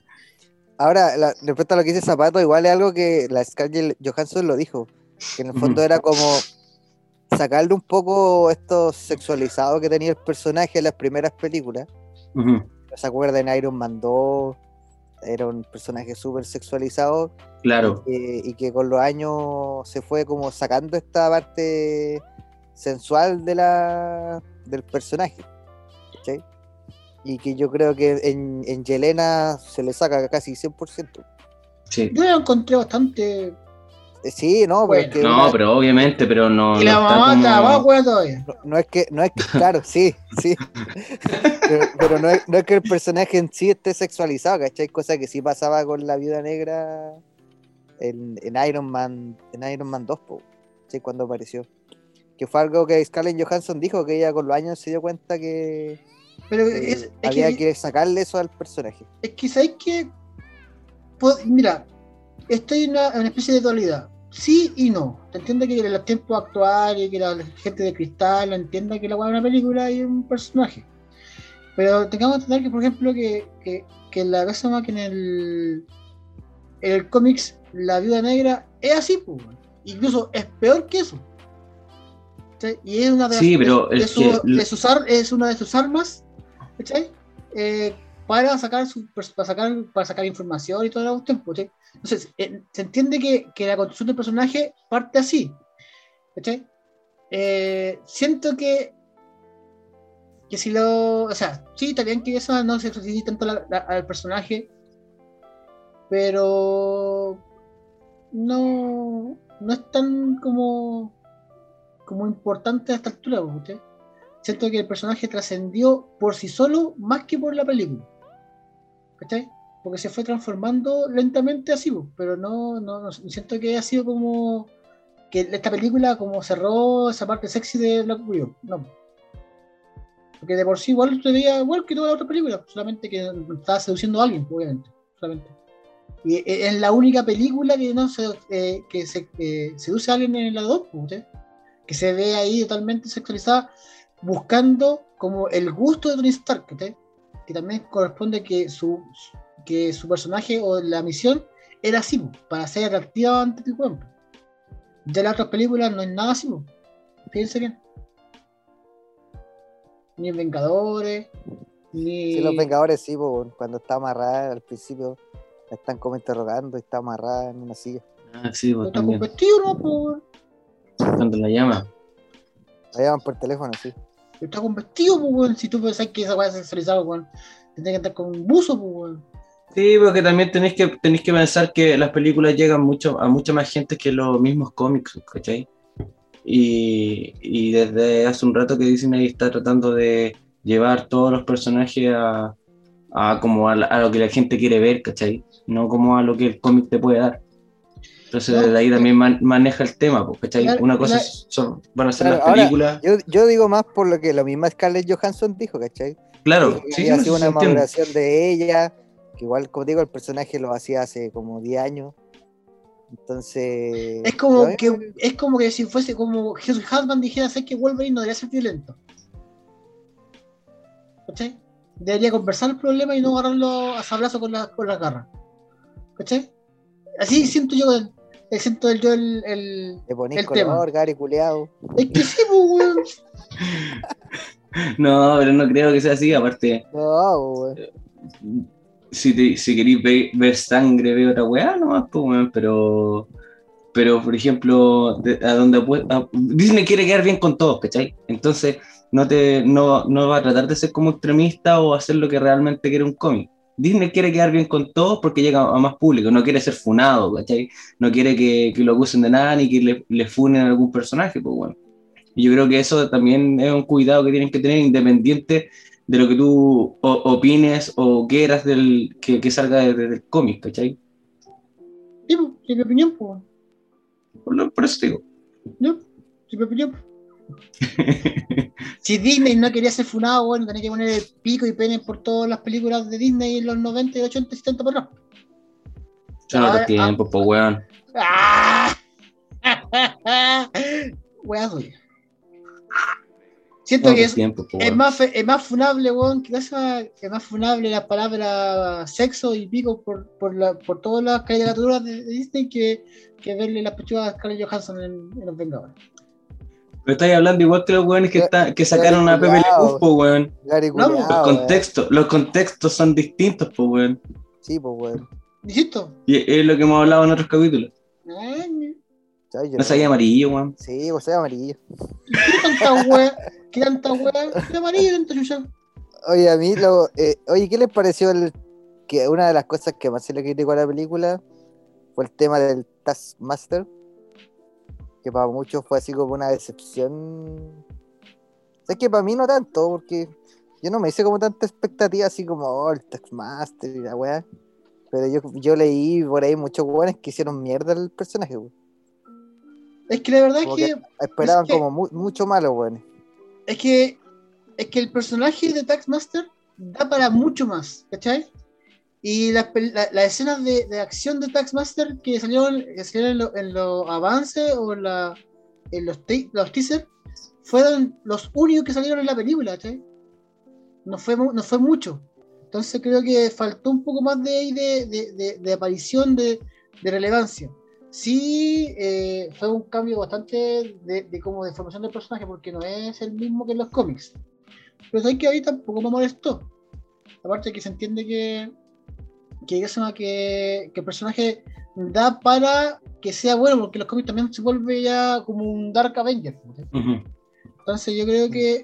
Ahora, la- respecto a lo que dice Zapato, igual es algo que la Scarlett Johansson lo dijo, que en el fondo Ujú. era como sacarle un poco esto sexualizado que tenía el personaje en las primeras películas. Ujú, ¿Se acuerdan? Iron Man dos era un personaje súper sexualizado claro. y que, y que con los años se fue como sacando esta parte sensual de la, del personaje, ¿cachai? Y que yo creo que en, en Yelena se le saca casi cien por ciento. Sí. Yo lo encontré bastante. Eh, Sí, no, pero Bueno. es que No, una- pero obviamente, pero no, Y no la está mamá como- estaba más buena todavía. no, no es que, no es que, claro, sí, sí, pero, pero no, es, no es que el personaje en sí esté sexualizado, ¿cachai? Cosa que sí pasaba con la Viuda Negra en, en Iron Man, en Iron Man dos, po, ¿sí? Cuando apareció. Que fue algo que Scarlett Johansson dijo, que ella con los años se dio cuenta que Pero eh, es, es había que, que sacarle eso al personaje. es que sabéis que. Pues, mira, estoy en una, en una especie de dualidad. Sí y no. Te entiendo que en los tiempos actuales, que la gente de cristal entienda que la weá es una película y un personaje. Pero tengamos que entender que, por ejemplo, que, que, que la cosa más que en el. En el cómics, la viuda negra es así, pues. Incluso es peor que eso. ¿cachai? Y es una de, Sí, las, pero de, de, es su, que de sus ar, es una de sus armas, ¿cachai? Eh, para sacar su, para sacar para sacar información y todo el tiempo, ¿cachai? Entonces, eh, se entiende que, que la construcción del personaje parte así, ¿cachai? Eh, siento que que si lo, o sea, sí, está bien que eso no se exorcize tanto la, la, al personaje, pero no, no es tan como, como importante a esta altura, ¿usted? Siento que el personaje trascendió por sí solo más que por la película, ¿cachai? Porque se fue transformando lentamente así, pero no, no, no siento que haya sido como que esta película como cerró esa parte sexy de Black Widow, no. Porque de por sí igual se veía igual que toda la otra película, solamente que estaba seduciendo a alguien, obviamente, solamente. Y es la única película que no se, eh, que se eh, seduce a alguien en la dos, ¿usted? Que se ve ahí totalmente sexualizada, buscando como el gusto de Tony Stark, ¿usted? Que también corresponde que su, que su personaje o la misión era así, para ser atractiva ante el cuerpo. Ya en las otras películas no es nada así, fíjense bien. Ni en Vengadores, ni... Sí, los Vengadores sí, po, cuando está amarrada al principio, la están como interrogando y está amarrada en una silla. Ah, sí, pues está con también. vestido, ¿no? Pues, Cuando la llama. La llaman por teléfono, sí. está con vestido, pues, si tú pensás que esa weá es sexualizada, pues, tendría que estar con un buzo, pues. Sí, porque también tenéis que, tenéis que pensar que las películas llegan mucho a mucha más gente que los mismos cómics, ¿cachai? Y, y desde hace un rato que Disney está tratando de llevar todos los personajes a, a como a, la, a lo que la gente quiere ver, ¿cachai? No como a lo que el cómic te puede dar. Entonces No, desde ahí eh, también man, maneja el tema, ¿cachai? claro, Una cosa claro, es, son, van a ser Claro, las ahora, películas. yo, yo digo más por lo que la misma Scarlett Johansson dijo, ¿cachai? Dijo Claro, que sí, sí, había no sé sido si se una entiende. maduración de ella, que igual, como digo, el personaje lo hacía hace como diez años. Entonces, es yo a como mí que me- es como que si fuese como Hugh Jackman dijera, sé que Wolverine no debería ser violento, ¿cachai? Debería conversar el problema y no agarrarlo a sablazo con, la, con las garras, ¿cachai? Así siento yo el, el siento el, yo el, el, le ponís el tema. color, Gary culeado. Es que sí, pues, weón. No, pero no creo que sea así, aparte. No, güey. Si, te, si queréis ver, ver sangre, ve otra weá, nomás, pues, weón, pero, pero, por ejemplo, de, a donde apu- a, Disney quiere quedar bien con todos, ¿cachai? Entonces, no, te, no, no va a tratar de ser como extremista o hacer lo que realmente quiere un cómic. Disney quiere quedar bien con todos porque llega a más público, no quiere ser funado, ¿cachai? No quiere que, que lo acusen de nada ni que le, le funen a algún personaje, pues, bueno. Y yo creo que eso también es un cuidado que tienen que tener independiente de lo que tú o, opines o quieras del, que, que salga desde el cómic, ¿cachai? Sí, pues, es mi opinión, pues. Por, lo, por eso te digo. No, es mi opinión. Si Disney no quería ser funado, bueno, tenía que poner el pico y pene por todas las películas de Disney en los noventa, ochenta y setenta por atrás. Son otros tiempos, pues, weón. ¡Ah! Weá, soy. Siento Son que otros es, tiempos, pues, es, weón. más, fe- es más funable, weón, que esa, es más funable la palabra sexo y pico por, por, la, por todas las caricaturas de, de Disney que, que verle las pechugas a Scarlett Johansson en, en Los Vengadores. Pero estáis hablando igual que los weones que, está, que Gary sacaron a Pepe Le Pew, culeado. pues, weón. Gary No, Los culeado, güey. contextos, los contextos son distintos, pues, weón. Sí, pues, güey. ¿Insisto? Y es lo que hemos hablado en otros capítulos. Ay, Ay, yo No sabía no. amarillo, weón. Sí, pues soy amarillo. ¿qué tanta wea? ¿Qué tanta wea? ¿Qué amarillo tanta chucha? Oye, a mí, lo, eh, oye, ¿qué les pareció el, que una de las cosas que más se le criticó a la película fue el tema del Taskmaster? Que para muchos fue así como una decepción. O sea, es que para mí no tanto, porque yo no me hice como tanta expectativa así como, oh, el Taskmaster y la weá. Pero yo, yo leí por ahí muchos weones que hicieron mierda al personaje, weón. Es que la verdad es Como que, que es esperaban que, como mu- mucho malo, weones. es que, es que el personaje de Taxmaster da para mucho más, ¿cachai? Y las pel- la- las escenas de, de acción de Taxmaster que salieron, que salieron en los en los avances o en, la, en los, te- los teasers fueron los únicos que salieron en la película, ¿cachai? No fue, mu- no fue mucho. Entonces creo que faltó un poco más de, ahí de, de, de- de aparición de, de relevancia. sí eh, fue un cambio bastante de, de como de formación del personaje, porque no es el mismo que en los cómics. Pero sabes que ahí tampoco me molestó. Aparte que se entiende que que, que, que el personaje da para que sea bueno, porque los cómics también se vuelve ya como un Dark Avenger. ¿Sí? Uh-huh. Entonces yo creo que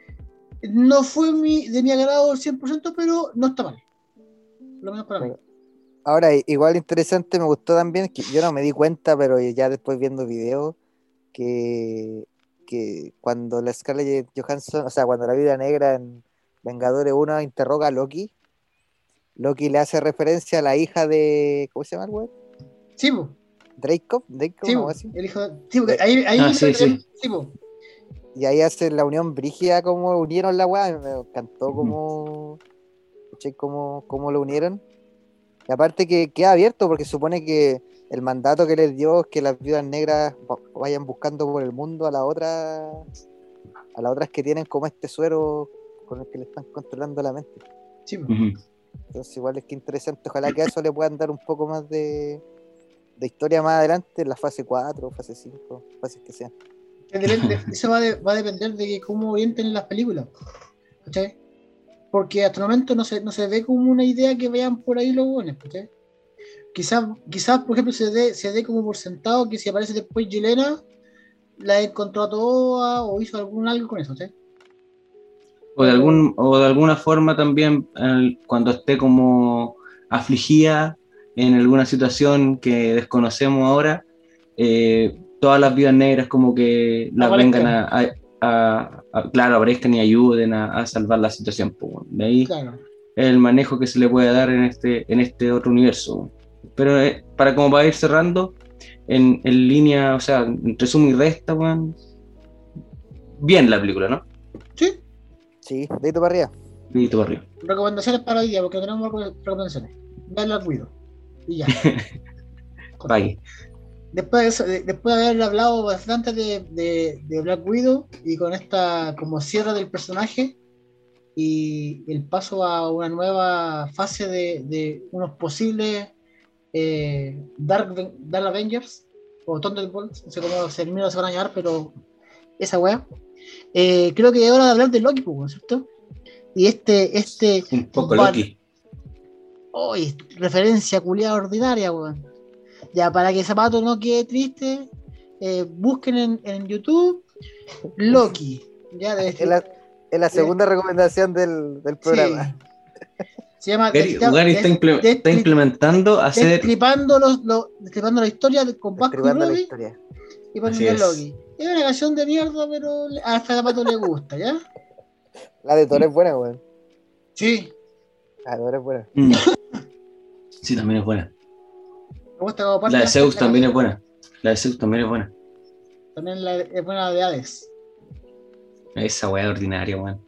no fue mi, de mi agrado al cien por ciento, pero no está mal. Por lo menos para mí. Ahora, igual interesante, me gustó también, que yo no me di cuenta, pero ya después viendo videos, que, que cuando la Scarlett Johansson, o sea, cuando la Viuda Negra en Vengadores uno interroga a Loki, Loki le hace referencia a la hija de, ¿cómo se llama el güey? Sí, po. Draco, Draco, sí, ¿no? Así. El hijo de... sí, porque ahí, ahí ah, sí, sí. sí, po. Y ahí hace la unión brígida, como unieron la weá, me encantó como, ¿sí? cómo, cómo lo unieron. Y aparte que queda abierto, porque supone que el mandato que les dio es que las viudas negras vayan buscando por el mundo a las otras, a las otras que tienen como este suero con el que le están controlando la mente. Sí, po. Uh-huh. Entonces igual es que interesante, ojalá que a eso le puedan dar un poco más de, de historia más adelante, en la fase cuatro, fase cinco, fases que sean. Depende, eso va, de, va a depender de cómo orienten las películas, ¿cachai? Porque hasta el momento no se, no se ve como una idea que vayan por ahí los buenos, ¿cachai? Quizás, quizás, por ejemplo, se dé, se dé como por sentado que si aparece después Yelena, la encontró a todas o hizo algún algo con eso, ¿sí? O de, algún, o de alguna forma también, el, cuando esté como afligida en alguna situación que desconocemos ahora, eh, todas las vidas negras como que las vengan a, a, a, a, claro, aparezcan y ayuden a, a salvar la situación. Pues, de ahí claro. el manejo que se le puede dar en este, en este otro universo. Pero eh, para como para ir cerrando, en, en línea, o sea, entre suma y resta, bueno, bien la película, ¿no? Sí. Sí, dedito para arriba. Dedito para arriba. Recomendaciones para hoy día, porque tenemos recomendaciones. Vean la cuido. Y ya. Bye. Después de, eso, de, después de haber hablado bastante de, de, de Black Widow y con esta como cierre del personaje y el paso a una nueva fase de, de unos posibles eh, Dark, Dark Avengers o Thunderbolts, no sé cómo se, se van a llamar, pero esa wea. Eh, creo que es hora de hablar de Loki, ¿cierto? Y este, este. Un poco Loki. Oh, referencia culiada ordinaria, weón. Ya, para que Zapato no quede triste, eh, busquen en, en YouTube Loki. Ya, de, es, la, es la segunda de, recomendación del, del programa. Sí. Se llama. Gary, está, Gary está, imple, de, está implementando hacer. Destripando, los, los, destripando la historia con Vasco y Robbie. Y poniendo es. Loki. Es una canción de mierda, pero a Zapato le gusta, ¿ya? La de Thor es buena, weón. Sí. La de Thor es buena. Mm. Sí, también es buena. Me gusta como parte la de Zeus de también es buena. La de Zeus también es buena. También la, es buena la de Hades. Esa weá ordinaria, weón.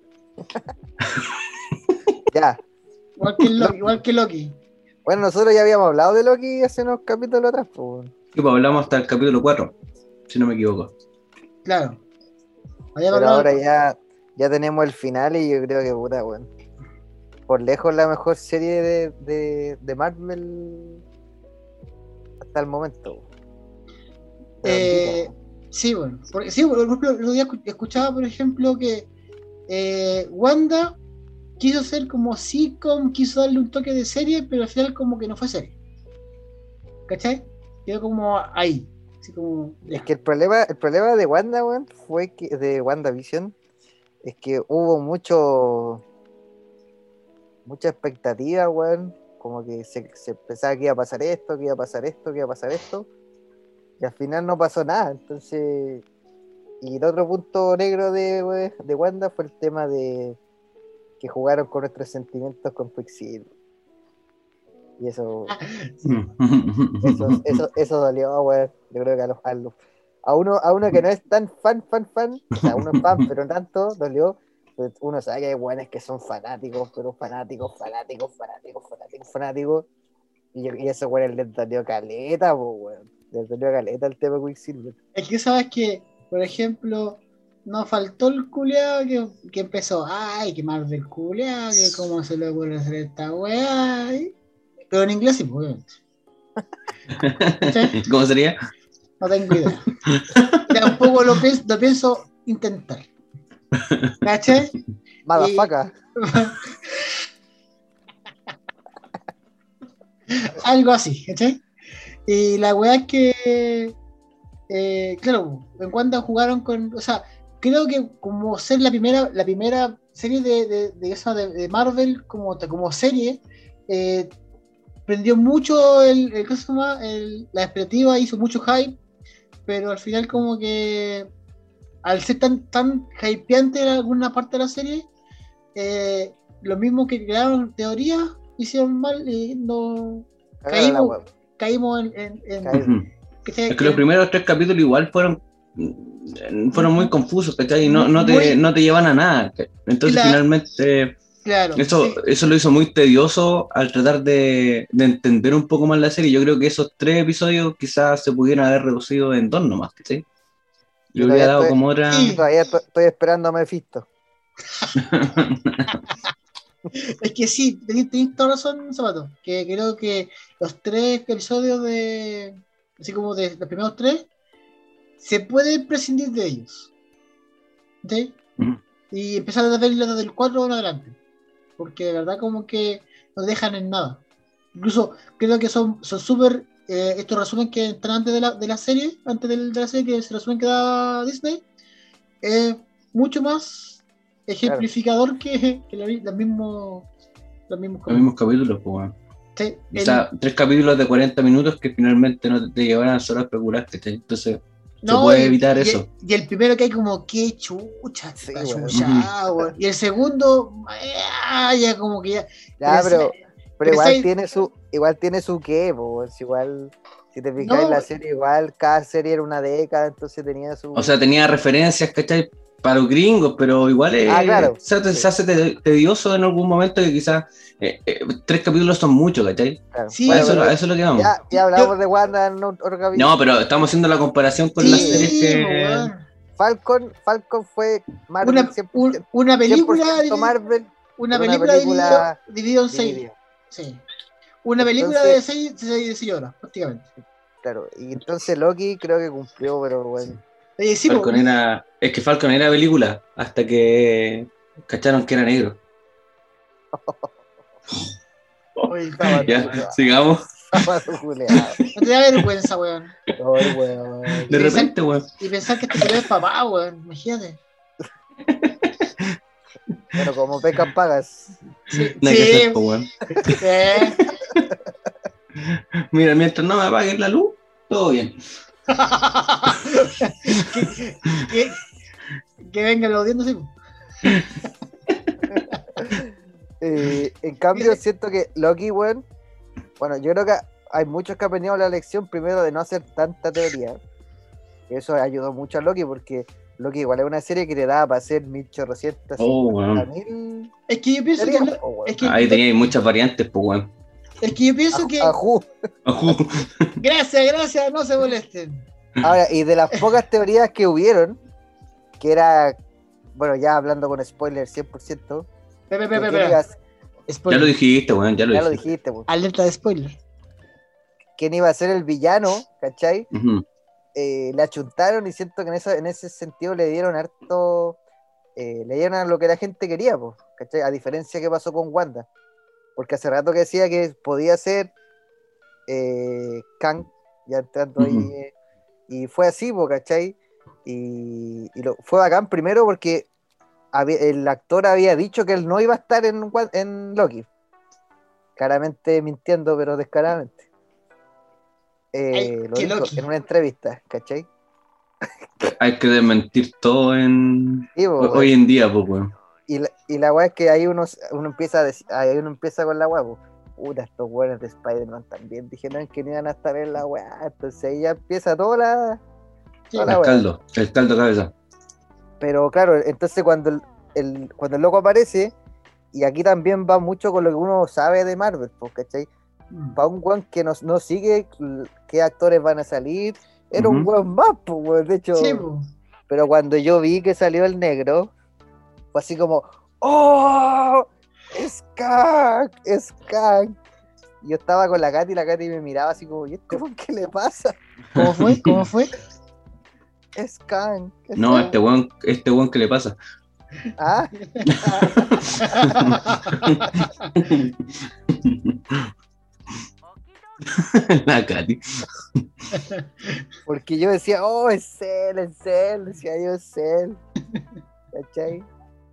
Ya. Igual que, Loki, igual que Loki. Bueno, nosotros ya habíamos hablado de Loki hace unos capítulos atrás, pues. Sí, pues hablamos hasta el capítulo cuatro, si no me equivoco. Claro. Pero hablado... ahora ya, ya tenemos el final y yo creo que puta, weón. Por lejos la mejor serie de, de, de Marvel hasta el momento. Eh, sí, bueno. Porque, sí, por ejemplo, el otro día escuchaba, por ejemplo, que eh, Wanda quiso ser como sitcom, quiso darle un toque de serie, pero al final como que no fue serie. ¿Cachai? Quedó como ahí. Así como, es que el problema, el problema de Wanda, weón, fue que de WandaVision, es que hubo mucho mucha expectativa, weón. Como que se, se pensaba que iba a pasar esto, que iba a pasar esto, que iba a pasar esto. Y al final no pasó nada. Entonces, y el otro punto negro de, de Wanda fue el tema de que jugaron con nuestros sentimientos con Quicksilver. Y eso, eso, eso, eso dolió, weón. Yo creo que a los, a los a uno, a uno que no es tan fan, fan, fan, o sea, uno es fan, pero no tanto, dolió. Uno sabe que hay buenos que son fanáticos, pero fanáticos, fanáticos, fanáticos, fanáticos, fanáticos. Y, y eso, weón, les dolió caleta, po, weón. Les dolió caleta el tema Quicksilver. Es que sabes que, por ejemplo, nos faltó el culeado que, que empezó, ay, que más del culeado, que cómo se le ocurre hacer esta weá. Pero en inglés sí, obviamente. ¿Cachai? ¿Cómo sería? No tengo idea. Tampoco lo pienso, lo pienso intentar. ¿Cachai? Madafaca. Algo así, ¿cachai? Y la weá es que, eh, claro, en cuando jugaron con, o sea, creo que como ser la primera, la primera serie de, de, de esa de, de Marvel como, como serie, eh, prendió mucho el, el, ¿qué se llama? El, la expectativa, hizo mucho hype, pero al final como que al ser tan, tan hypeante en alguna parte de la serie, eh, lo mismo que crearon teorías, hicieron mal y no Cagaron la caímos, web. caímos en, en, en, Caímos. Ujú. que se- Es que los en- primeros tres capítulos igual fueron fueron muy confusos, ¿cachai? Y no, no, te, Muy- no te llevan a nada. ¿cachai? Entonces Cla- finalmente claro, eso, sí, eso lo hizo muy tedioso al tratar de, de entender un poco más la serie. Yo creo que esos tres episodios quizás se pudieran haber reducido en dos nomás, ¿cachai? Le Yo hubiera todavía dado estoy, como otra... sí. yo todavía estoy, estoy esperando a Mephisto. Es que sí, tenés, tenés toda razón, Zapato, que creo que los tres episodios de, así como de los primeros tres, se puede prescindir de ellos, ¿sí? Y empezar a verlos desde el cuatro en adelante, porque de verdad como que no dejan en nada. Incluso creo que son son súper, eh, estos resúmenes que están antes de la, de la serie, antes del- de la serie, que es el resumen que da Disney, es mucho más ejemplificador que, que los, los mismos los mismos Los mismos capítulos, pues, weón. Sí, O sea, tres capítulos de cuarenta minutos que finalmente no te, te llevaran solo a especular, ¿cachai? Entonces, se no, puede y, evitar y- eso. y el primero que hay como que chucha, Sí, está weón. chucha, weón. Y el segundo, ah, ya como que ya. Ya, pero, pero pero igual ese- tiene su, igual tiene su qué, po, es igual, si te fijas No, en la serie, igual cada serie era una década, entonces tenía su. O sea, tenía referencias, ¿cachai? Para los gringos, pero igual es, Ah, claro. se, se Sí. hace te- tedioso en algún momento que quizás eh, eh, tres capítulos son muchos, ¿cachai? Claro. Sí, A Bueno, eso, pero a eso es lo que vamos. ya, ya hablamos de Wanda en otro capítulo. No, pero estamos haciendo la comparación con sí, las series que... po, weón. Falcon, Falcon fue Marvel Una, cien por ciento, un- una película, cien por ciento divi- Marvel, una pero película, película dividido, dividido en seis. dividida. Sí. Una película Entonces- de seis, seis, de seis horas, prácticamente. Claro, y entonces Loki creo que cumplió, pero bueno. Eh, sí, po, Falcon era... Es que Falcon era película hasta que cacharon que era negro. oye, Estaba Ya, culeado. sigamos. Estaba culeado. no te da vergüenza, weón. Ay, weón. De repente, weón. Y pensar que este culiao es papá, weón, imagínate. Bueno, como pecan pagas. Sí, Nada que sí, hacer, po, weón. eh. Mira, mientras no me apaguen la luz, todo bien. que, que, que vengan los dientes, sí, po. Eh, en cambio, siento que Loki, weón, bueno, yo creo que hay muchos que han aprendido la lección primero de no hacer tanta teoría. Eso ayudó mucho a Loki porque Loki igual es una serie que te da para hacer mil chorrocientas Oh, cincuenta weón. mil Es que yo pienso que, teorías, lo- po, weón. es que, Ahí teníais muchas variantes, pues, weón. es que yo pienso que, Ajú. Ajú. gracias, gracias, no se molesten. Ahora, y de las pocas teorías que hubieron, que era, bueno, ya hablando con spoilers cien por ciento, Pepe, que pepe, quién pepe. iba a- Ya Spoiler. lo dijiste, weón, ya lo ya lo dijiste. dijiste, po, Alerta de spoiler. quién iba a ser el villano, ¿cachai? Ujú. Eh, le achuntaron y siento que en, esa, en ese sentido le dieron harto, eh, le dieron a lo que la gente quería, po, ¿cachai? A diferencia que pasó con Wanda, porque hace rato que decía que podía ser eh, Kang, ya entrando ahí, Ujú. eh, y fue así, po, ¿cachai? Y, y lo, fue bacán primero porque había- el actor había dicho que él no iba a estar en, Wa- en Loki, claramente mintiendo, pero descaradamente. Eh, Ay, lo qué dijo Loki. en una entrevista, ¿cachai? Hay que desmentir todo en... Sí, po, ho- hoy en día, pues, weón. Y la, y la weá es que ahí uno, uno empieza a decir, ahí uno empieza con la weá, pues. Puta, estos weones de Spider-Man también dijeron que no iban a estar en la weá. Entonces ahí ya empieza toda la. Sí, toda la El weá. caldo, el caldo cabeza. Pero claro, entonces cuando el, el- cuando el loco aparece, y aquí también va mucho con lo que uno sabe de Marvel, pues, ¿cachai? Mm. Para un weón que no, no sigue qué actores van a salir, era un Ujú. weón más, pues, weón. De hecho, Sí, po. pero cuando yo vi que salió el negro, fue así como, ¡oh! ¡Es Kang! ¡Es Kang! Yo estaba con la Katy y la Katy me miraba así como, ¿y este weón qué le pasa? ¿Cómo fue? ¿Cómo fue? Es Kang. es No, Kang. este weón, este weón, ¿qué le pasa? Ah, La Katy. porque yo decía, oh, es él, es él, decía yo, es él. ¿Cachai?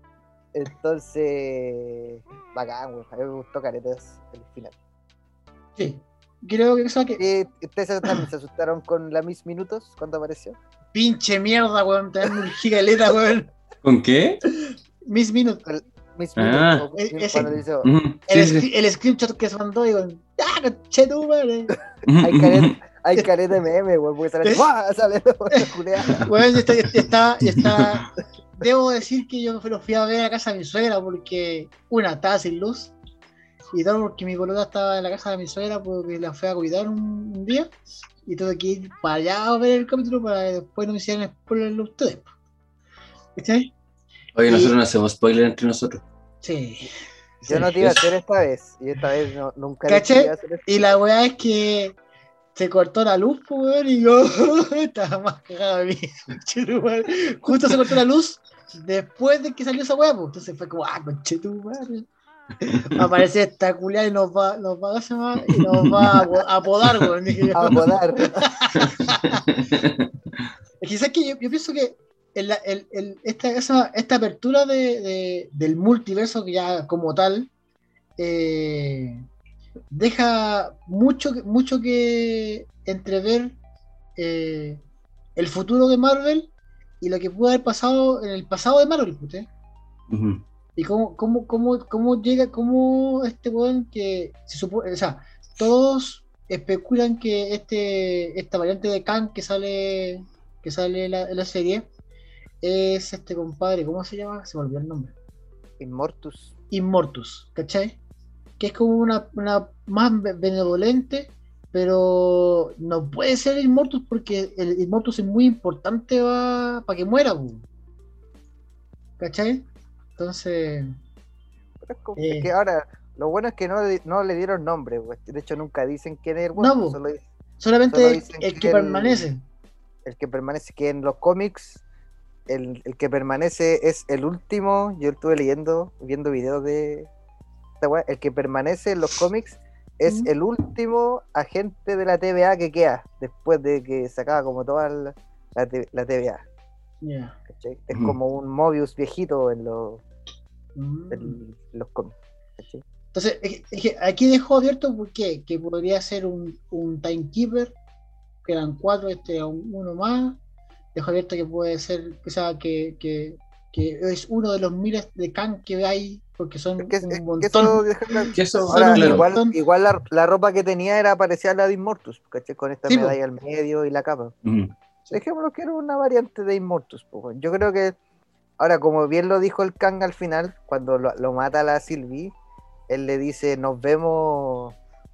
Entonces, bacán, güey. A mí me gustó caretas el final. Sí, creo que eso que. ¿Y ustedes también se asustaron con la Miss Minutos cuando apareció? Pinche mierda, weón. Te dan un gigaleta, weón. ¿Con qué? Mis minutos. Con Miss Ah. Minutos, como E- ese. cuando le hizo, Ujú, El, sí, sí. screen- el screenshot que se mandó, digo, ¡ah, conchetumare! hay careta, hay careta de meme, güey, porque sale, ¡guau! Sale la culeada. Bueno, ya está, ya está, ya está. Debo decir que yo lo fui a ver a casa de mi suegra porque, una, estaba sin luz. Y dos, porque mi polola estaba en la casa de mi suegra porque la fui a cuidar un, un día. Y tuve que ir para allá a ver el capítulo para que después no me hicieran spoiler ustedes. ¿Cachai? Oye, Y- nosotros no hacemos spoiler entre nosotros. Sí. Yo sí. no te iba a eso. hacer esta vez, y esta vez no, nunca ¿Caché? le iba a hacer esto. Y la weá es que se cortó la luz, pues, weón, y yo estaba más cagado de mí. Conchetumare. Justo se cortó la luz después de que salió esa weá, pues. Entonces fue como, ah, conchetumare. Aparece esta culiada y nos va, nos va a hacer más y nos va a apo- a apodar, weón. Dije yo. A podar. Es que, ¿sabes qué? Yo, yo pienso que el, el, el- esta, esa, esta apertura de, de- del multiverso que ya como tal eh, deja mucho, mucho que entrever eh, el futuro de Marvel y lo que pudo haber pasado en el pasado de Marvel, ¿sí? Ujú. Y cómo, cómo, cómo, cómo llega, cómo este weón que se supone, o sea, todos especulan que este, esta variante de Kang que sale, que sale en la, en la serie es este compadre, ¿cómo se llama? Se me olvidó el nombre. Immortus. Immortus, ¿cachai? Que es como una, una más be- benevolente, pero no puede ser Immortus porque el Immortus es muy importante para que muera, po. ¿Cachai? Entonces, Pero es, como- Eh. es que ahora, lo bueno es que no, le- no le dieron nombre, güey. De hecho, nunca dicen quién es el weón, No, po. solo dicen solamente Solo el, dicen el que que el- permanece. el que permanece, que en los cómics, el, el que permanece es el último. Yo estuve leyendo, viendo videos de esta weá, el que permanece en los cómics es Mm. el último agente de la T V A que queda después de que se acaba como toda la, la, T- la T V A, Ya. ¿cachai? Es Ujú. como un Mobius viejito en, los Mm. en los cómics, ¿cachai? Entonces, es que- es que aquí dejó abierto porque que podría ser un, un timekeeper, que eran cuatro, este un- uno más. Dejó abierto que puede ser, que sea que, que, que es uno de los miles de Kang que hay, porque son Es que, es un que montón. eso deja claro. Que eso, Ahora, un claro. igual, montón. igual la, la ropa que tenía era parecida a la de Immortus, ¿cachai? Con esta Sí, po. medalla al medio y la capa. Ujú. Dejémoslo que era una variante de Immortus, po, weón. Yo creo que, ahora, como bien lo dijo el Kang al final, cuando lo, lo mata a la Sylvie, él le dice, nos vemos,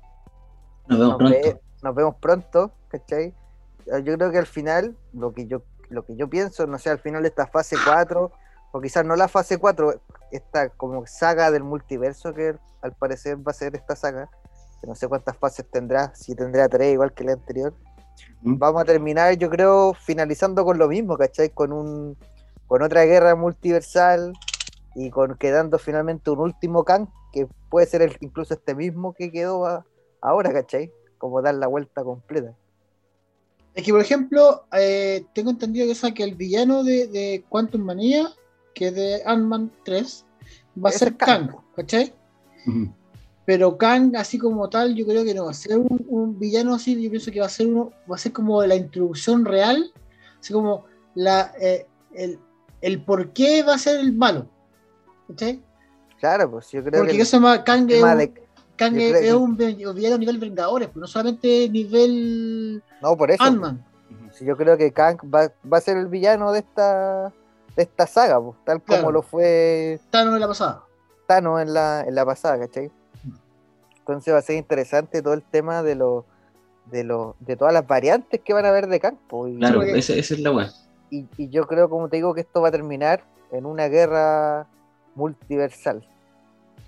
Nos vemos nos, pronto. ve- nos vemos pronto, ¿cachai? Yo creo que al final, lo que yo, lo que yo pienso, no sé, al final de esta fase cuatro, o quizás no la fase cuatro, esta como saga del multiverso que al parecer va a ser esta saga, que no sé cuántas fases tendrá, si tendrá tres igual que la anterior, Ujú. vamos a terminar, yo creo, finalizando con lo mismo, ¿cachai? Con un con otra guerra multiversal y con quedando finalmente un último Kang, que puede ser el, incluso este mismo que quedó a- ahora, ¿cachai? Como dar la vuelta completa. Es que, por ejemplo, eh, tengo entendido que, o sea, que el villano de, de Quantum Manía, que es de Ant-Man tres, va a Ese ser es Kang. Kang, ¿cachai? Ujú. Pero Kang, así como tal, yo creo que no va a ser un, un villano así, yo pienso que va a ser uno, va a ser como la introducción real, así como la eh, el, el por qué va a ser el malo, ¿cachai? Claro, pues yo creo Porque que eso se llama Kang, es tema un, de- Kang yo es, creo que- es un vi- villano a nivel Vengadores, pues no solamente nivel no, por eso. Ant-Man. Si yo creo que Kang va, va a ser el villano de esta de esta saga, pues, tal como Claro. lo fue Thanos en la pasada. Thanos en la, en la pasada, ¿cachai? Entonces va a ser interesante todo el tema de los de los de todas las variantes que van a haber de Kang, pues, y, Claro, porque- esa, esa es la weá. y, y yo creo, como te digo, que esto va a terminar en una guerra multiversal.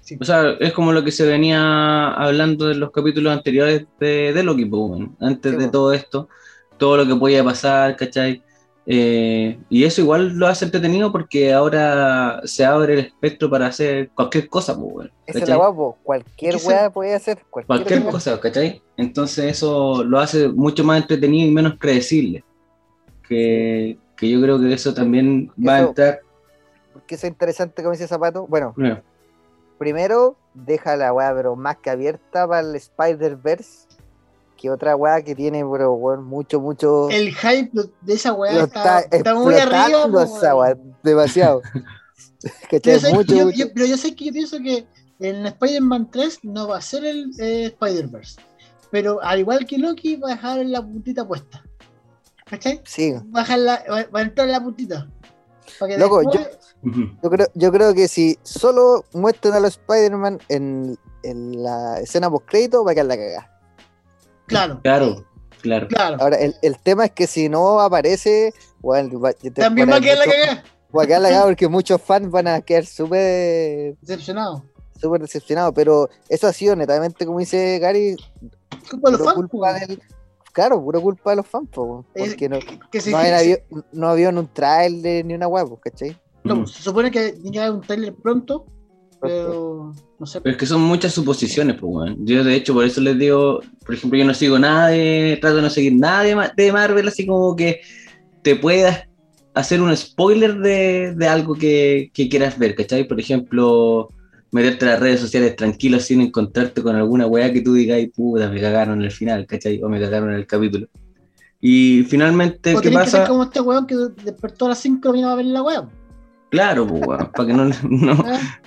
Sí. O sea, es como lo que se venía hablando en los capítulos anteriores de, de Loki, pues, weón. Antes Sí, de po. todo esto, todo lo que podía pasar, ¿cachai? Eh, y eso igual lo hace entretenido porque ahora se abre el espectro para hacer cualquier cosa, pues, weón, Esa es la ¿cachai? weá, po. Es que Cualquier ese- weá puede hacer, cualquier Cualquier sí, weá. po. cosa, ¿cachai? Entonces eso lo hace mucho más entretenido y menos predecible. Sí. Que, que yo creo que eso también Porque va a eso, entrar. porque eso es interesante como dice Zapato. Bueno, Bueno, primero, deja la weá, pero más que abierta para el Spider-Verse, que otra weá que tiene, pero weón, mucho, mucho. El hype de esa weá Lo está está, está muy arriba, explotando po, esa weón. weá, demasiado. Pero ¿Cachai? yo, sé que Mucho, yo, mucho. yo- pero yo sé que yo pienso que en Spider-Man tres no va a ser el eh, Spider-Verse. Pero al igual que Loki, va a dejar la puntita puesta. ¿Cachai? Sí, Va a, dejar la- va- va a entrar la puntita. Para que loco, yo, después. ujú, yo creo, yo creo que si solo muestran a los Spider-Man en, en la escena post-crédito, va a quedar la cagada. Claro, claro, claro. claro. Ahora, el, el tema es que si no aparece, bueno, va, te- También van va a a quedar la muchos- cagada. va a quedar la cagada porque muchos fans van a quedar súper Decepcionado. súper decepcionados, pero eso ha sido netamente, como dice Gary, Culpa de los puro fans, po, culpa weón. del, claro, puro culpa de los fans, po, Es- porque no, que se, no, habían se- habido, no había un trailer ni una web, ¿cachai? no, Ujú. se supone que tiene que haber un trailer pronto, pero no sé. Pero es que son muchas suposiciones, pues, weón. Yo, de hecho, por eso les digo, por ejemplo, yo no sigo nada de, trato de no seguir nada de, Ma- de Marvel, así como que te puedas hacer un spoiler de, de algo que, que quieras ver, ¿cachai? Por ejemplo, meterte a las redes sociales tranquilo sin encontrarte con alguna weá que tú digas, "Ay, puta, me cagaron en el final, ¿cachai? O me cagaron en el capítulo". Y finalmente, O ¿qué tenés que ser pasa? como este weón que despertó a las cinco y vino a ver la weá. Claro, pues, weón, para que no, no, ¿Ah?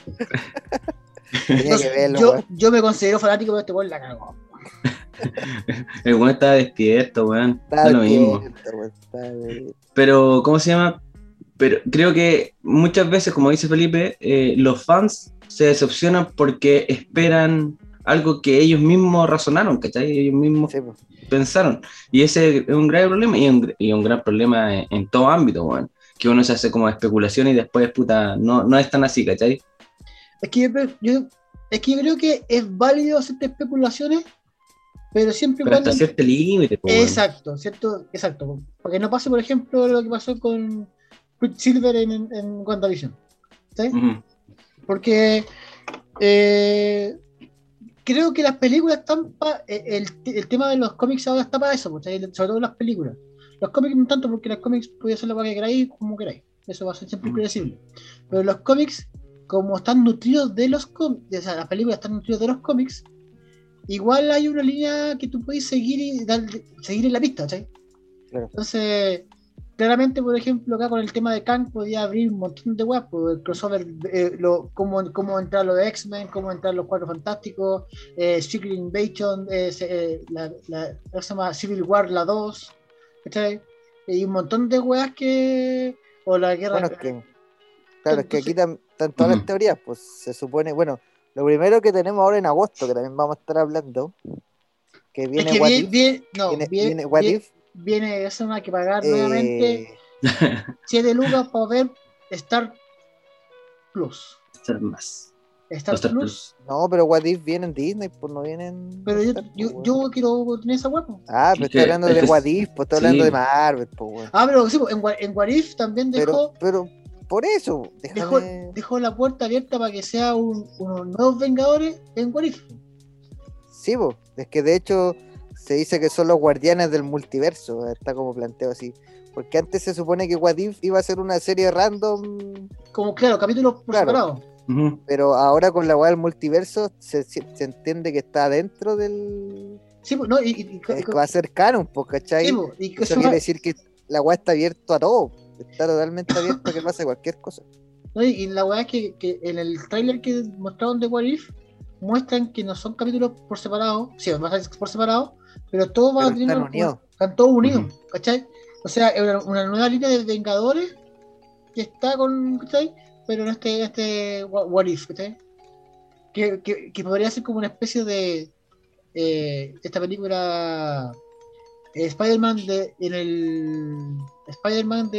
Tenía Entonces, que verlo, yo, weón. yo me considero fanático, pero este weón la cagó. el weón estaba despierto, weón, Estaba da lo mismo. despierto, weón, estaba despierto. Pero, ¿cómo se llama? Pero creo que muchas veces, como dice Felipe, eh, los fans se decepcionan porque esperan algo que ellos mismos razonaron, ¿cachai? Ellos mismos Sí, po. pensaron. Y ese es un grave problema y un, y un gran problema en, en todo ámbito, weón. Que uno se hace como especulación y después, puta, no, no es tan así, ¿cachai? Es que yo, creo- yo- es que yo creo que es válido hacer especulaciones, pero siempre y Pero hasta cuando. cierto límite, pues, weón. Exacto, cierto, exacto. Para que no pase, por ejemplo, lo que pasó con Quicksilver en, en, en WandaVision. ¿Sí? Ujú. Porque eh, creo que las películas están para. El, el tema de los cómics ahora está para eso, ¿sí? Sobre todo las películas. Los cómics no tanto, porque los cómics puede ser lo que queráis como queráis. Eso va a ser siempre Ujú. predecible. Pero los cómics, como están nutridos de los cómics, o sea, las películas están nutridas de los cómics, igual hay una línea que tú puedes seguir y dar, seguir en la pista, ¿sí? Claro. Entonces, claramente, por ejemplo, acá con el tema de Kang podía abrir un montón de web, el crossover, eh, lo, cómo, cómo entrar los X-Men, cómo entrar los Cuatro Fantásticos, eh, Secret Invasion, eh, eh, la, la, la se llama Civil War, la dos, ¿cachai? Y un montón de weas que. O la guerra. Bueno, es que, claro, es que aquí Entonces- tam- están todas las Ujú. teorías, pues se supone, bueno, lo primero que tenemos ahora en agosto, que también vamos a estar hablando, que es viene que What viene, If, viene, no, viene, viene, viene What viene, If, viene eso, no hay que pagar nuevamente eh, siete lucas para ver Star Plus. Ser más. Star, Star Plus. Plus. no, pero What If viene en Disney, pues no viene en Pero yo, Star, pues, yo, weón. yo quiero tener esa web. Ah, Es pero que- estoy hablando es de que- What If, pues estoy sí. hablando de Marvel, pues, weón. Ah, pero sí, en, Wa- en What If también Pero, dejó, pero, por eso, dejó, déjame. dejó la puerta abierta para que sea un, unos nuevos Vengadores en What If. Sí, pues, es que de hecho se dice que son los guardianes del multiverso, está como planteado así. Porque antes se supone que What If iba a ser una serie random, Como, claro, capítulos por Claro. separado. Ujú. pero ahora con la weá del multiverso se, se, se entiende que está dentro del. Sí, pues, no, y, y, y- Es que va a ser canon, pues, ¿cachai? sí, pues, y que Eso eso quiere va- decir que la weá está abierto a todo, está totalmente abierto a que pase cualquier cosa. ¿no? Y, y la weá es que, que en el tráiler que mostraron de What If muestran que no son capítulos por separado, sí, van a ser por separado, pero todo va Pero a tener están un- unidos. están todos unidos, Ujú. ¿cachai? O sea, es una, una nueva línea de Vengadores que está con, ¿cachai? Pero en este, este What What If, ¿cachai? Que, que, que podría ser como una especie de eh, esta película eh, Spider-Man de en el Spider-Man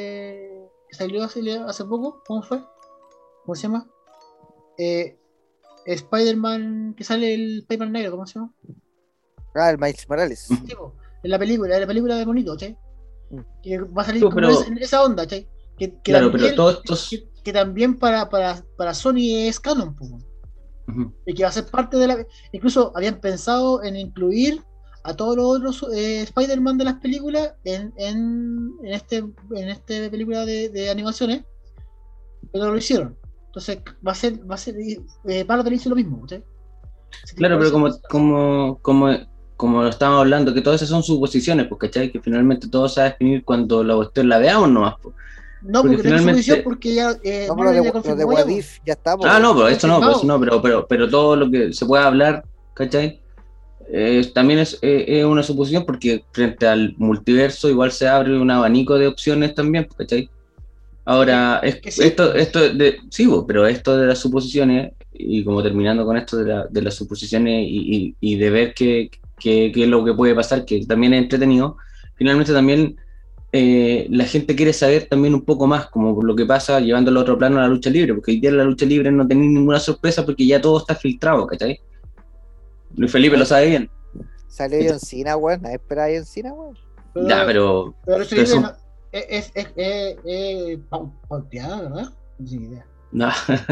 de que salió hace, hace poco, ¿cómo fue? ¿Cómo se llama? Eh, Spider-Man que sale el Spider-Man negro, ¿cómo se llama? Ah, el Miles Morales. Ujú. Sí, po, en la película, en la película de Monito, ¿cachai? Mm. Que va a salir Sí, como pero- en esa onda, ¿cachai? Que, que Claro, pero también, todos estos. que, que también para, para, para Sony es canon, po, Ujú. y que va a ser parte de la. Incluso habían pensado en incluir a todos los otros eh, Spider-Man de las películas en, en, en este en esta película de, de animaciones, pero no lo hicieron. Entonces va a ser, va a ser eh, Marvel hizo lo mismo, ¿sí? Ese tipo Claro, de pero como, cosas. como, como, como lo estábamos hablando, que todas esas son suposiciones, pues, ¿cachai? Que finalmente todo se va a definir cuando la cuestión la veamos nomás, pues. No, Porque porque no hay suposición, finalmente. porque ya eh, No, pero Marvel ya de, lo de confirmó ya, What po. If ya está, po, Ah, no, weón. pero Está esto no, pues confirmado. no, pero, pero, pero todo lo que se pueda hablar, ¿cachai? Eh, también es, eh, es una suposición porque frente al multiverso igual se abre un abanico de opciones también, pues, ¿cachai? Ahora, es, que sí, esto, pues. esto de, sí, vos, pero esto de las suposiciones, y como terminando con esto de, la, de las suposiciones y, y, y de ver qué, qué, qué es lo que puede pasar, que también es entretenido, finalmente también eh, la gente quiere saber también un poco más, como por lo que pasa llevándolo a otro plano a la lucha libre, porque hoy día en la lucha libre no tenéis ninguna sorpresa porque ya todo está filtrado, ¿cachai? Luis Felipe Ay, lo sabe bien. salió John Cena, weón. Nadie esperaba a John Cena, weón. Ya, Pero, pero, pero eso pero libre son- no, es, es, es, es, es pau- pauteada, ¿verdad? No tengo idea. no.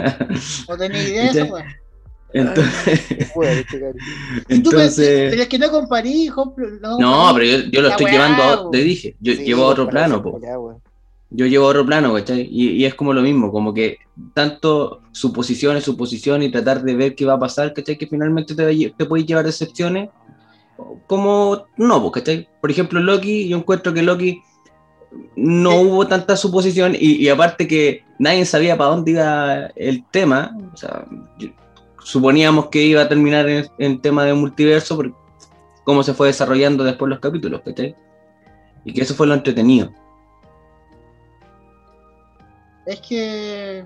No tenía idea de esa ¿Viste? weá. Entonces, Weón, este cari- Si tú me, si- entonces pero es que no comparís, hijo, no no, comparís pero yo, yo lo la estoy llevando, weá, a, te po. dije, yo Sí, llevo a otro comparación plano, po. culiá, weón. Yo llevo a otro plano, ¿cachai? Y, y es como lo mismo, como que tanto suposiciones, suposiciones y tratar de ver qué va a pasar, ¿cachai? Que finalmente te, va a lle- te puede llevar decepciones, como no, pues, ¿cachai? Por ejemplo, Loki, yo encuentro que Loki no Eh, hubo tanta suposición y, y aparte que nadie sabía para dónde iba el tema, o sea, yo- suponíamos que iba a terminar en, en tema de multiverso por cómo se fue desarrollando después los capítulos, ¿cachai? Y que eso fue lo entretenido. es que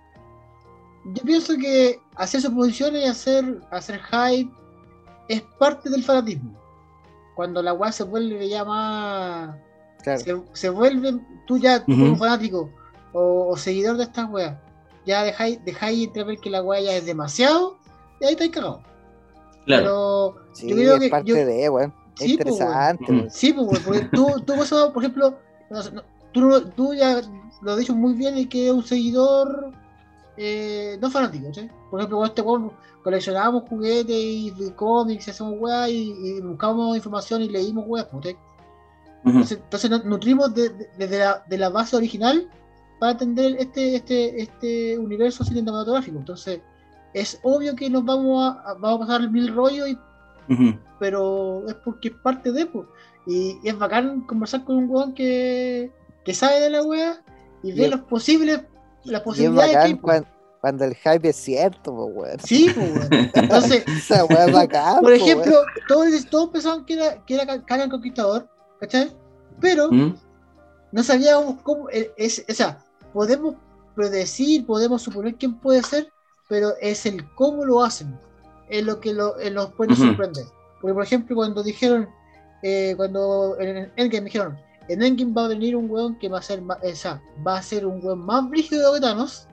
yo pienso que hacer suposiciones y hacer, hacer hype es parte del fanatismo. Cuando la weá se vuelve ya más. Claro. Se, se vuelve. Tú ya, tú Ujú. como fanático o, o seguidor de estas weas, ya dejáis, dejáis entrever que la weá ya es demasiado y ahí estáis cagados. Claro. Pero Sí, yo creo es que. parte Yo, de, weón. Es sí, pues, weón. interesante, Ujú. weón. Sí, pues, weón, porque tú, tú, eso, por ejemplo, no sé, no, tú, no- tú ya lo has dicho muy bien y que es un seguidor eh, no fanático, ¿sí? Por ejemplo, con este weón coleccionábamos juguetes y, y cómics, hacemos weas y, y buscábamos información y leímos weas, pues, ¿sí? Ujú. Entonces, entonces nos nutrimos de, de, de la, de la base original para entender este, este, este universo cinematográfico. Entonces, es obvio que nos vamos a, a- vamos a pasar mil rollos, y- Ujú. pero es porque es parte de, pues. Y, y es bacán conversar con un weón que, que sabe de la wea y ve Y- los posibles, las Y es posibilidades que hay, bacán pues. cuan- cuando el hype es cierto, po, weón. Sí, pues, weón. Entonces, Esa weá es bacán, por po, ejemplo, todos, todos pensaban que era, que era Conan Conquistador, ¿cachai? Pero Ujú. no sabíamos cómo, eh, es, o sea, podemos predecir, podemos suponer quién puede ser, pero es el cómo lo hacen, es lo que lo, eh, nos puede Ujú. sorprender. Porque, por ejemplo, cuando dijeron, eh, cuando en Endgame dijeron, en Endgame va a venir un weón que va a ser, ma- o sea, va a ser un weón más brígido que Thanos,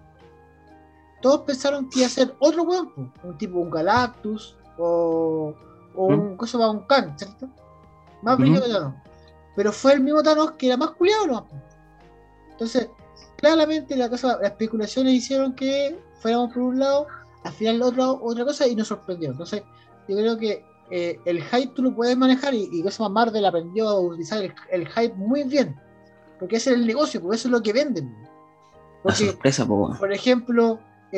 todos pensaron que iba a ser otro weón, po, un tipo, un Galactus, o, o Ujú. un cosa, un Kang, ¿cierto? Más Ujú. brígido que Thanos. Pero fue el mismo Thanos que era más culiado, ¿no? Entonces, claramente la cosa, las especulaciones hicieron que fuéramos por un lado, al final otra, otra cosa y nos sorprendió. Entonces, yo creo que eh, el hype tú lo puedes manejar y, y cosa más Marvel aprendió a utilizar el, el hype muy bien. Porque ese es el negocio, porque eso es lo que venden. La Porque, sorpresa, po, weón. por ejemplo,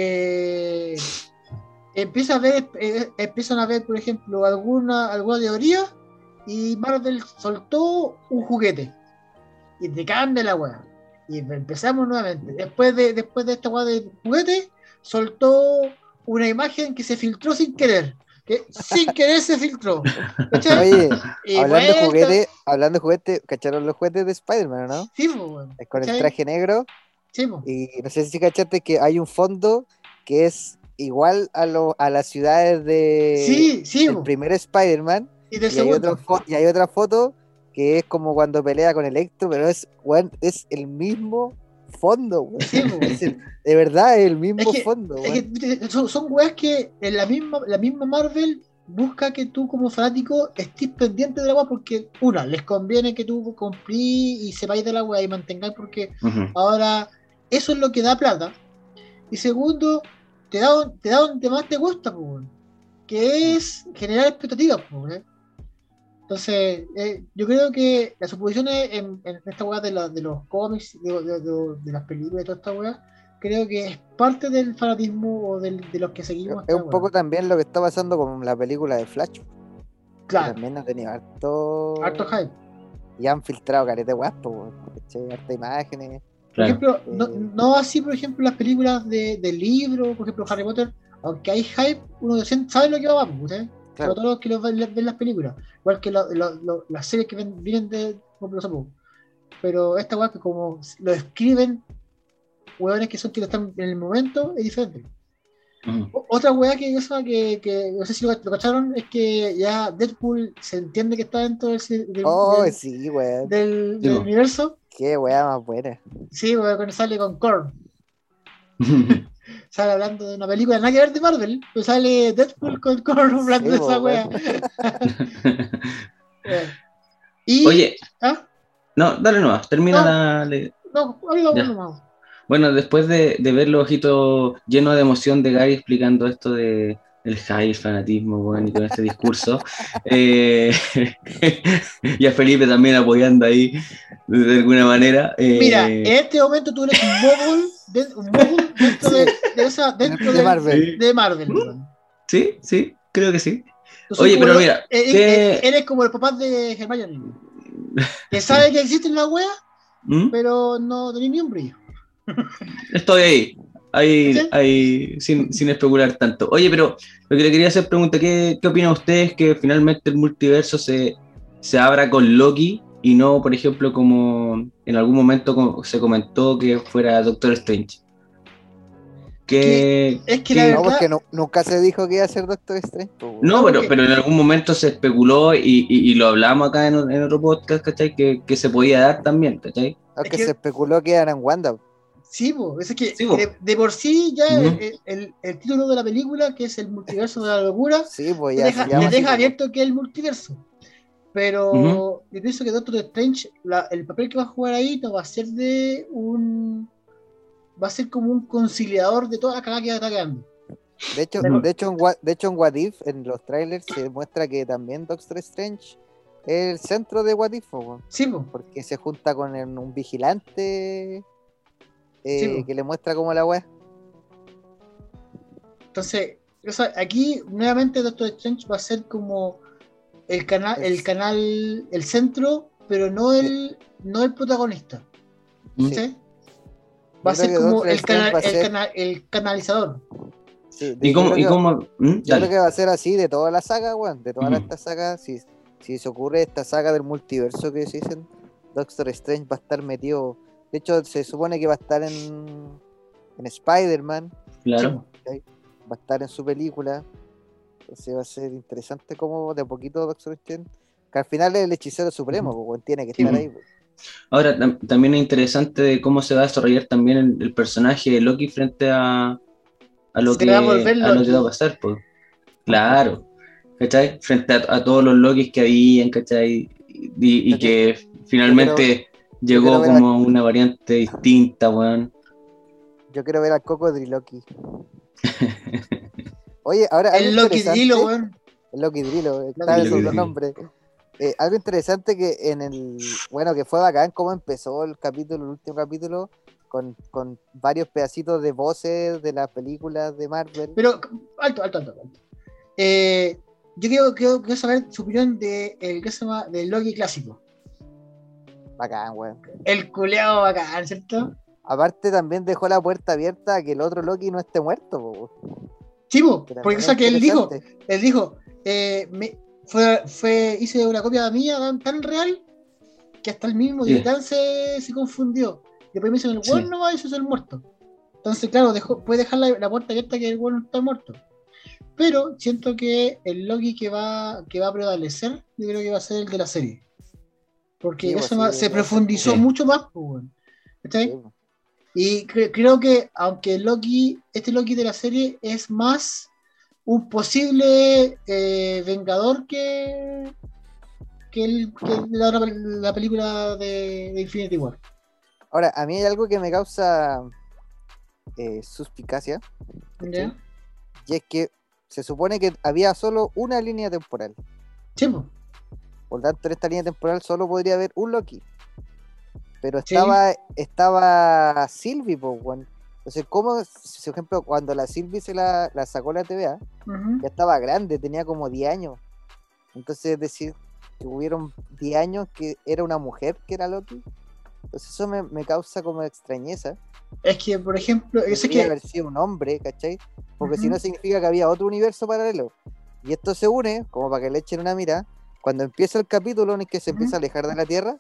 eh, empieza a ver, eh, empiezan a ver, por ejemplo, alguna, alguna teoría y Marvel soltó un juguete y te cambia la weá. Y empezamos nuevamente. Después de, después de esta weá de juguete, soltó una imagen que se filtró sin querer. Que sin querer se filtró. ¿Cachai? Oye, Y hablando de vuelta. juguete, hablando de juguete, ¿cacharon los juguetes de Spider-Man, o no? Sí, po, weón. Con el ¿Cachai? traje negro. Sí, po. Y no sé si cachaste que hay un fondo que es igual a, lo, a las ciudades de, Sí, sí, del po. primer Spider-Man. Y del Y hay, otra segundo. fo- y hay otra foto que es como cuando pelea con Electro, pero es, weón, es el mismo fondo, weón. Sí, po. Es decir, de verdad es el mismo Es que- fondo, Es weón. que viste, son, son weas que en la misma, la misma Marvel busca que tú como fanático estés pendiente de la wea porque, una, les conviene que tú cumplís y sepáis de la wea y mantengáis porque Ujú. ahora eso es lo que da plata. Y segundo, te da, un- te da donde más te gusta, po, weón, que es generar expectativas, po, weón. Entonces, eh, yo creo que las suposiciones en, en esta weá de, la- de los cómics, de, de- de- de las películas y toda esta weá, creo que es parte del fanatismo o del- de los que seguimos Es esta un poco weá. también lo que está pasando con la película de Flash, que Claro, también ha tenido harto. harto hype. Y han filtrado careta de guapo, weón. ¿Cachai? Harta imágenes. Por Claro. ejemplo, no, Eh. no así, por ejemplo, las películas de, de libros, por ejemplo, Harry Potter, aunque hay hype, uno siente- sabe lo que va a pasar, ¿ustedes? Claro. Sobre todo los que los ven, ven las películas, igual que lo- lo- lo- las series que ven- vienen de, por ejemplo, Sapo. Pero esta weá que como lo escriben hueones que son que lo están en el momento, es diferente. Ujú. O- Otra weá que, esa que, que no sé si lo, lo cacharon es que ya Deadpool se entiende que está dentro del, ci- del, Oh, del, sí, weón. del- Sí, del po. universo. Qué weá más buena. Sí, weón, cuando sale con Korn. Sale hablando de una película nada que ver de Marvel, pero sale Deadpool con Korn hablando Sí, de po, esa weá. weón. Eh, Y. Oye, ¿Ah? no, dale nomás, termina No. la... le- No, amigo, Ya. bueno, vamos. Bueno, después de, de ver los ojitos llenos de emoción de Gary explicando esto de el hype, el fanatismo, bueno, y con este discurso, eh, y a Felipe también apoyando ahí de alguna manera. eh, Mira, en este momento tú eres un mogul, de- un mogul dentro de, de esa, dentro De del- Marvel. sí, de Marvel, weón. sí, sí, creo que sí. Tú soy Oye, como pero lo- mira, eh, ¿qué- eh, eres como el papá de Hermione, que sabe que existen las weas, ¿Mm? pero no tenés ni un brillo. Estoy ahí, ahí, ¿Sí? ahí sin, sin especular tanto. Oye, pero lo que le quería hacer pregunta, ¿qué, qué opinan ustedes que finalmente el multiverso se, se abra con Loki y no, por ejemplo, como en algún momento como se comentó que fuera Doctor Strange? Que, Es que que- la No, verdad, porque no- nunca se dijo que iba a ser Doctor Strange, po, weón. no, no, pero, porque- pero en algún momento se especuló y, y- y lo hablamos acá en, en otro podcast, ¿cachai? Que, que se podía dar también, ¿cachai? Aunque es que- se especuló que eran Wanda. sí, po, es que, Sí, po. que de, de por sí ya Ujú. el, el- el título de la película, que es el multiverso de la locura, Sí, pues te ya deja, se te llama así, deja po. abierto que es el multiverso. Pero Ujú. yo pienso que Doctor Strange, la- el papel que va a jugar ahí no va a ser de un. Va a ser como un conciliador de toda la cagada que está quedando. De hecho, Pero- de hecho, en What, de hecho, en What If, en los trailers, se muestra que también Doctor Strange es el centro de What If, po, weón. Sí, po. Porque se junta con el- un vigilante eh, Sí, po. que le muestra cómo la weá. Entonces, o sea, aquí nuevamente Doctor Strange va a ser como el canal, el Es- canal, el centro, pero no el, no el protagonista. Mm. ¿Sí? Va a Yo creo ser que como Doctor el, Strange canal, va a el, ser- canal, el canalizador. Sí, de- ¿Y yo cómo? creo Y que- cómo ¿Mm? Yo Dale. creo que va a ser así de toda la saga, weón. De toda Ujú. esta saga, si, si se ocurre esta saga del multiverso que se dicen, Doctor Strange va a estar metido. De hecho, se supone que va a estar en, en Spider-Man, Claro. va a estar en su película. Entonces va a ser interesante cómo de a poquito Doctor Strange, que al final es el hechicero supremo, Ujú. pues, weón, tiene que Sí, estar pues. ahí. Pues. Ahora, tam- también es interesante de cómo se va a desarrollar también el, el personaje de Loki frente a, a, lo, Se que, va a volver a lo que Loki. va a pasar, pues. Claro, ¿cachai? Frente a, a todos los Lokis que habían, ¿cachai? Y, y Yo que finalmente yo llegó quiero ver como una variante distinta, weón. Yo quiero ver al Cocodriloqui. Oye, ahora algo El Loki interesante- Drilo, weón. El Loki Drilo, está Loki en su Drilo. nombre. Eh, algo interesante que en el. Bueno, que fue bacán cómo empezó el capítulo, el último capítulo, con, con varios pedacitos de voces de las películas de Marvel. Pero, alto, alto, alto, alto. Eh, yo quiero, quiero, quiero saber su opinión de el que se llama del Loki clásico. Bacán, weón. El culeado bacán, ¿cierto? Aparte, también dejó la puerta abierta a que el otro Loki no esté muerto, po, weón. Sí, po, Que porque también o sea, es que él dijo, interesante. él dijo, eh, me, fue, fue, hice una copia mía tan, tan real que hasta el mismo Sí. Titán se, se confundió. Y después me dicen el Sí. weón no va, eso es el muerto. Entonces, claro, dejó, puede dejar la, la puerta abierta que el weón no está muerto. Pero siento que el Loki que va, que va a prevalecer, yo creo que va a ser el de la serie. Porque Sí, eso pues, sí, ma- sí, se sí. profundizó Sí. mucho más, pues, weón. ¿Cachai? Sí, po. Y cre- creo que, aunque Loki, este Loki de la serie es más un posible eh, vengador que, que, el, que la, otra pel- la película de, de Infinity War. Ahora, a mí hay algo que me causa eh, suspicacia, ¿cachai? ¿Ya? Y es que se supone que había solo una línea temporal. Sí, po. Por lo tanto, en esta línea temporal solo podría haber un Loki. Pero Sí. estaba, estaba Sylvie, pues, weón. Entonces, ¿cómo, si, por ejemplo, cuando la Sylvie se la, la sacó la T V A, Ujú. ya estaba grande, tenía como diez años. Entonces, es decir, que hubieron diez años que era una mujer que era Loki. Entonces, eso me, me causa como extrañeza. Es que, por ejemplo, eso es Debería que. haber sido un hombre, ¿cachai? Porque si Ujú. no significa que había otro universo paralelo. Y esto se une, como para que le echen una mira, cuando empieza el capítulo en el que se Ujú. empieza a alejar de la Tierra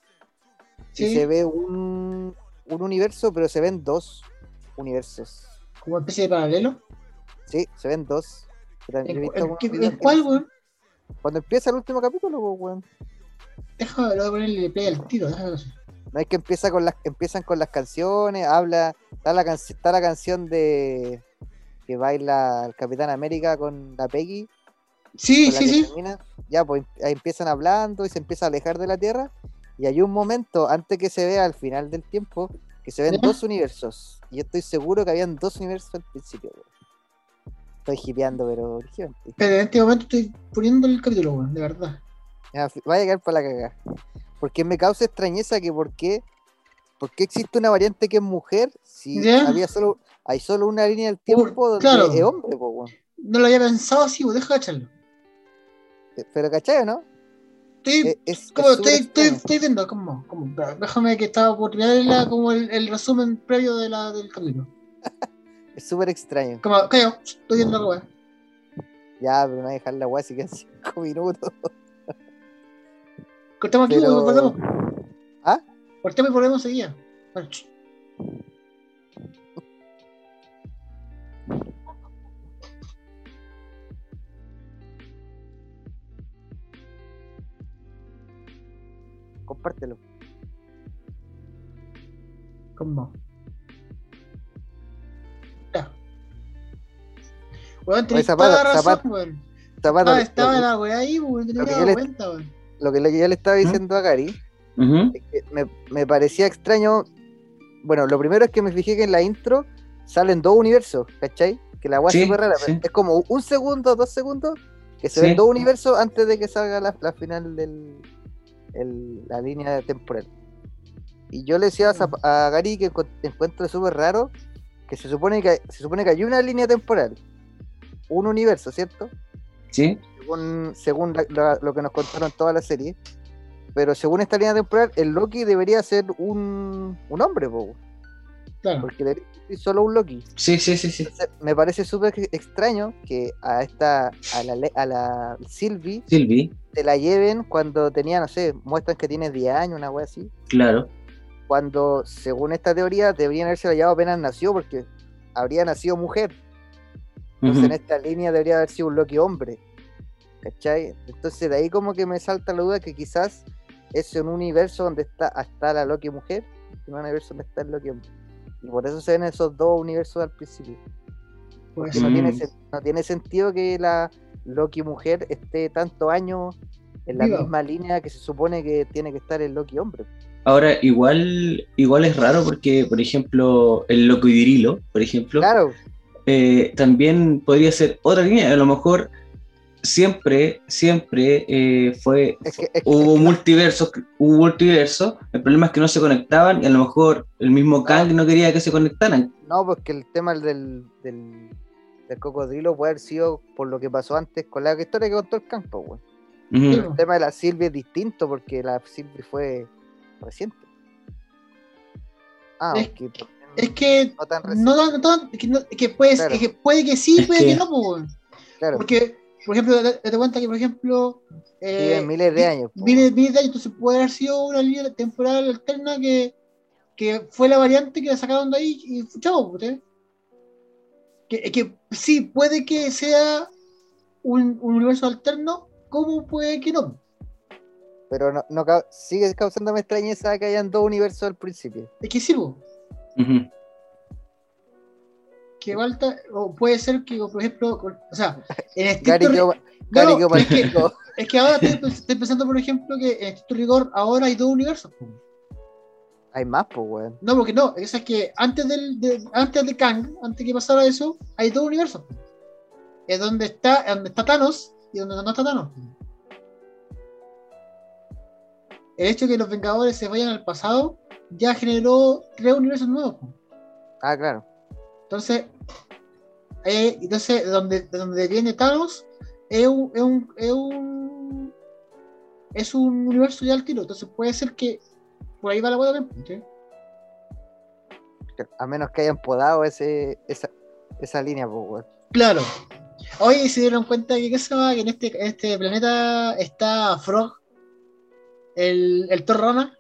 y Sí, se ve un, un universo, pero se ven dos universos. como especie de paralelo. Sí, se ven dos. Pero yo he ¿En, cu- visto en algunos qué- videos en que cuál, dicen- weón? Cuando empieza el último capítulo, pues, weón. Déjame, lo voy a ponerle play al tiro, déjame ver. No es que empieza con las, empiezan con las canciones, habla, está la, canci- está la canción de que baila el Capitán América con la Peggy, Sí, con la sí, que sí. termina, ya pues ahí empiezan hablando y se empieza a alejar de la Tierra y hay un momento antes que se vea al final del tiempo que se ven ¿Ya? dos universos y yo estoy seguro que habían dos universos al principio, weón. Estoy hipeando, pero originalmente. Pero en este momento estoy poniendo el capítulo, weón, de verdad. Ya, fi- vaya a quedar para la cagada. Porque me causa extrañeza que por qué, por qué existe una variante que es mujer si ¿Ya? había solo, hay solo una línea del Uh, tiempo donde claro. es hombre, po, weón. No lo había pensado así, pues deja de echarlo. Eh, Pero ¿cachai, o no? Estoy, Es es como, es estoy, súper estoy, extraño. estoy viendo, como, como, espera, déjame que estaba por tirar la, como el, el resumen previo de la, del capítulo. Es súper extraño. Como, callao, estoy viendo la weá. Ya, pero no hay que dejar la weá si quedan cinco minutos. Cortemos aquí, Pero. weón, volvemos. ¿Ah? Cortemos y volvemos enseguida. Bueno, ch- Compártelo. como. Ya. Weón, Oye, tenés toda Zapata, la razón, Zapata, weón. Zapata, Ah, lo, estaba que, la weá ahí, weón, no lo tenía que yo dado le, cuenta, weón. lo que yo le estaba diciendo a Gary Ujú. es que me, me parecía extraño. Bueno, lo primero es que me fijé que en la intro salen dos universos, ¿cachai? Que la weá es Sí, súper rara. sí. Es como un segundo, dos segundos, que se Sí. ven dos universos antes de que salga la, la final del el- la línea temporal. Y yo le decía a, Zap- a Gary que encu- encuentro súper raro que se supone que se supone que hay una línea temporal, un universo, ¿cierto? Sí. Según, según la- la- lo que nos contaron toda la serie. Pero según esta línea temporal, el Loki debería ser un, un hombre, po, Claro. porque debería ser solo un Loki. Sí, sí, sí, sí. Entonces, me parece súper ex- extraño que a esta, a la, le- a la Sylvie Sylvie, te la lleven cuando tenía, no sé, muestran que tiene diez años, una wea así. claro. Cuando, según esta teoría, deberían haberse llevado apenas nació, porque habría nacido mujer. Entonces, Ujú. en esta línea debería haber sido un Loki hombre. ¿Cachai? Entonces, de ahí como que me salta la duda que quizás es en un universo donde está, está la Loki mujer, y en un universo donde está el Loki hombre. Y por eso se ven esos dos universos al principio. Pues, Que no, Mm. tiene, sen- no tiene sentido que la Loki mujer esté tantos años en la Viva. misma línea que se supone que tiene que estar el Loki hombre. Ahora, igual, igual es raro porque, por ejemplo, el Locoidrilo, por ejemplo, Claro, eh, también podría ser otra línea. A lo mejor siempre, siempre eh, fue, es que, es que- hubo es que no- multiversos, hubo multiversos. El problema es que no se conectaban y a lo mejor el mismo Kang no quería que se conectaran. no, porque el tema del, del, del cocodrilo puede haber sido por lo que pasó antes con la historia que contó el campo, güey. Ujú. Sí. Pero el tema de la Sylvie es distinto porque la Sylvie fue reciente. Ah, Es- aunque Es que no tan reciente. no, no, no, es que, no- es que puede, Claro. es que puede que sí, Es puede que- que no, pues, weón. Claro, Porque, por ejemplo, date date cuenta que, por ejemplo, eh, viven miles de vi- años. po, vive miles de años, entonces puede haber sido una línea temporal alterna que, que fue la variante que la sacaron de ahí y chao, pues, ¿eh? Que, que sí, puede que sea un, un universo alterno, como puede que no. pero no, no ca- sigue causándome extrañeza que hayan dos universos al principio. Es que sí, pues. Ujú. que igual está, o puede ser que, por ejemplo, o sea, en Gary estricto quedó, ri- Gary no, quedó no, es que, palpico. es que ahora estoy, estoy pensando, por ejemplo, que en estricto rigor ahora hay dos universos. Po. Hay más, pues, weón. No, porque no, es que antes del, de, antes de Kang, antes que pasara eso, hay dos universos. Po. Es donde está, donde está Thanos y donde no está Thanos. Po. El hecho de que los Vengadores se vayan al pasado ya generó tres universos nuevos. Po. Ah, claro. Entonces, eh, entonces donde, de donde viene Thanos es un, es un, es un es un universo ya al tiro. Entonces puede ser que por ahí va la buena también. ¿Sí? A menos que hayan podado ese, esa, esa línea, pues, weón. Claro. Oye, se dieron cuenta que, ¿qué se llama? Que en este, en este planeta está Frog, el, el Thor Rana.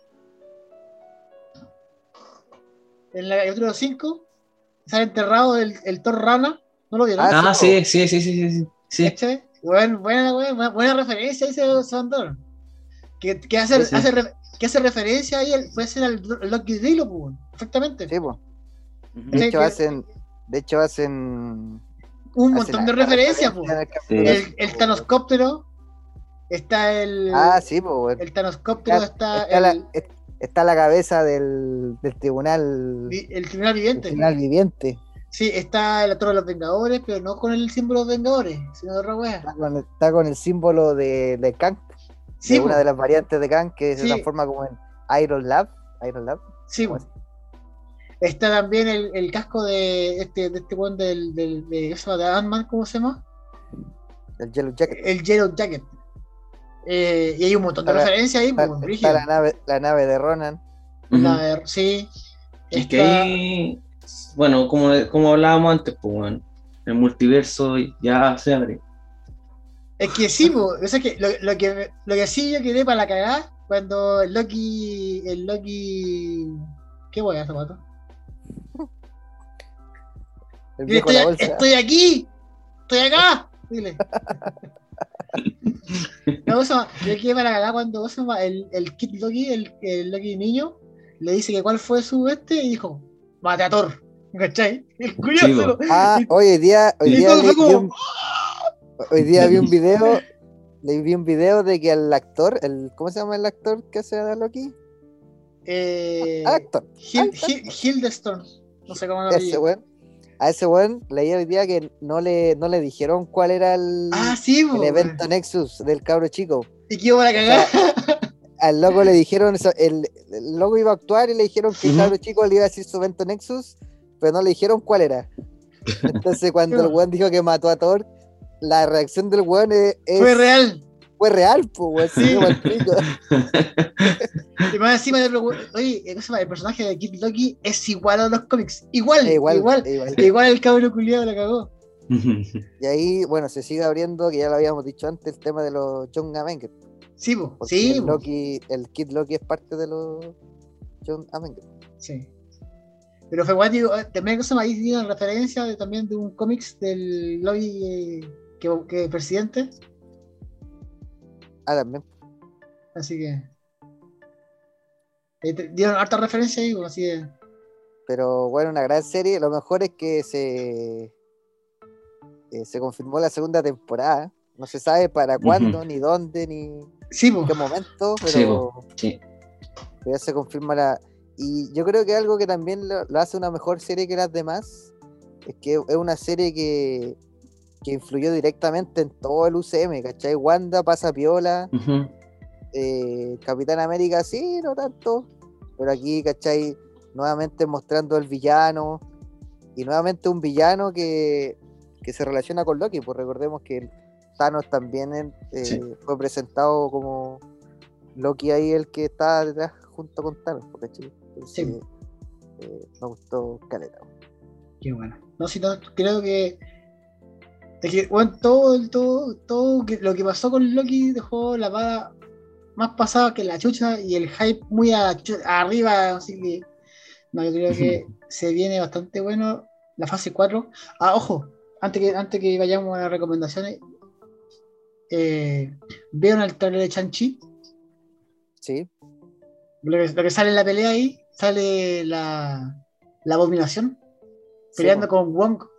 En la capítulo cinco sale enterrado el, el Thor Rana. ¿No lo vieron? Ah, Ah, sí, po. sí, sí, sí, sí, sí, sí. Sí, ¿Cachai? Bueno, buena, buena, buena referencia ahí se se mandó. Que, que, hace, sí, sí. hace, re- que hace referencia ahí, al- puede ser al al Loki Drilo, pues, perfectamente. Sí, pues. Ujú. De Sí, hecho, que- hacen. De hecho, hacen. Un hacen montón de harta referencias, referencia pues. en el Sí. capítulo El, cinco, el po, Thanoscóptero, está el. weón. Ah, sí, pues, weón. El Thanoscóptero, está, Está la, el, es- está la cabeza del, del tribunal. vi- el Tribunal Del Viviente. tribunal viviente. Sí, está el Torre de los Vengadores, pero no con el símbolo de los Vengadores, sino de otra wea. Está con, está con el símbolo de, de Kang, Sí, de una po, de las variantes de Kang que Sí. se transforma como en Iron Lab. Iron Lab. sí, ¿Cómo po. es? Está también el, el casco de este, de este weón del, del, de, eso, de Ant-Man, ¿cómo se llama? El Yellow Jacket. El Yellow Jacket. Eh, y hay un montón de Está la- referencias ahí, Está, pues, está brígido. la nave, la nave de Ronan. Ujú. La de- sí. Es que Está- ahí, bueno, como, como hablábamos antes, pues, bueno, el multiverso ya se abre. Es que sí, po, o sea que lo, lo que lo que sí yo quedé para la cagada cuando el Loki. El Loki. ¿Qué wea, zapato? El Dile, viejo de la estoy, bolsa. estoy aquí, estoy acá. Dile. No, o sea, yo quedé para la cagada cuando o sea, el, el Kid Loki, el, el Loki niño, le dice que cuál fue su este y dijo, mate a Thor. ¿Cachai? El curioso. Sí, po. lo- Ah, y, hoy día, hoy y día, todo le- fue vi como. un, hoy día vi un video, le vi un video de que al actor, el, ¿cómo se llama el actor que hace de Loki? Eh, Actor. Hil- actor. Hil- Hildestorm. No sé cómo lo Ese apellido. weón. A ese weón leí hoy día que no le, no le dijeron cuál era el, Ah, sí, po, el evento Nexus del cabro chico. y quedó para cagar. Al loco le dijeron, eso, el, el loco iba a actuar y le dijeron que el Ujú. cabro chico le iba a decir su evento Nexus, pero no le dijeron cuál era. Entonces cuando el weón dijo que mató a Thor, la reacción del weón es, es- Fue real. fue real, pues, weón. Sí. Sí, weón, pico. Y más encima de lo- oye, ¿cómo se llama? El personaje de Kid Loki es igual a los cómics. Igual, Eh, igual, igual, igual, eh, igual. el cabro culiado la cagó. Y ahí, bueno, se sigue abriendo, que ya lo habíamos dicho antes, el tema de los John Avenger. Sí, po, Porque sí, el po. Loki, el Kid Loki es parte de los John Avenger. Sí. Pero fue guay, digo, eh, también cosa ahí tiene una referencia de, también de un cómics del Loki eh, que, que presidente. Ah, también. Así que eh, te- dieron harta referencia ahí, pues, así de. Pero bueno, una gran serie. Lo mejor es que se, eh, se confirmó la segunda temporada. No se sabe para cuándo, Ujú. ni dónde, ni Sí, en pues. qué momento, pero, Sí, po. Sí. pero ya se confirma la... Y yo creo que algo que también lo, lo hace una mejor serie que las demás es que es una serie que, que influyó directamente en todo el U C M, ¿cachai? Wanda pasa piola, Ujú. eh, Capitán América sí, no tanto, pero aquí, ¿cachai? Nuevamente mostrando el villano, y nuevamente un villano que, que se relaciona con Loki, pues recordemos que Thanos también eh, Sí. fue presentado como Loki ahí, el que estaba detrás junto con Thanos, pues, ¿cachai? Entonces, Sí. eh, me gustó caleta. Qué bueno. No, si no, creo que. Es que, bueno, todo, el- todo, todo que- lo que pasó con Loki dejó la vara más pasada que la chucha y el hype muy a- arriba, así que. No, yo creo que se viene bastante bueno la fase cuatro. Ah, ojo, antes que, antes que vayamos a las recomendaciones, eh, ¿vieron el trailer de Shang-Chi? Sí, Lo que, lo que sale en la pelea ahí, sale la, la abominación sí, peleando po. con Wong,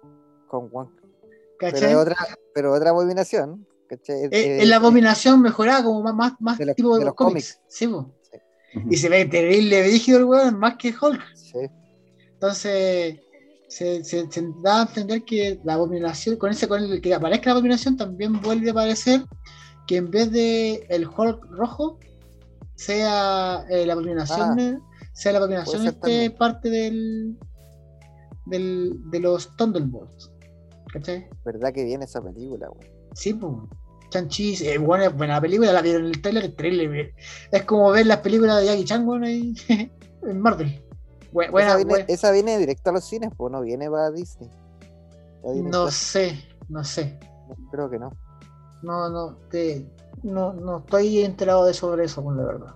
con Wong. ¿cachai? Pero es otra, pero otra abominación. ¿Cachai? Es, Eh, es la abominación mejorada, como más, más, más de los- tipo de de los cómics. Sí, po. Ujú. Y se ve terrible brígido el weón, más que Hulk. Sí. Entonces, se, se, se da a entender que la abominación, con ese con el que aparezca la abominación, también vuelve a aparecer que en vez de el Hulk rojo, sea eh, la abominación, Ah, eh, sea la abominación puede ser este también. parte del, del de los Thunderbolts. ¿Cachai? ¿Verdad que viene esa película, weón? Sí, pues. Chanchi, eh, buena, buena película, la vieron en el trailer, el trailer. Es como ver las películas de Jackie Chan, bueno, ahí, en Marvel. Bu- Buena, esa, viene, buena. esa viene directo a los cines, pues no viene para Disney. Para Disney No Plus. sé, no sé. No, creo que no. No, no, te, no, no estoy enterado de sobre eso, la verdad.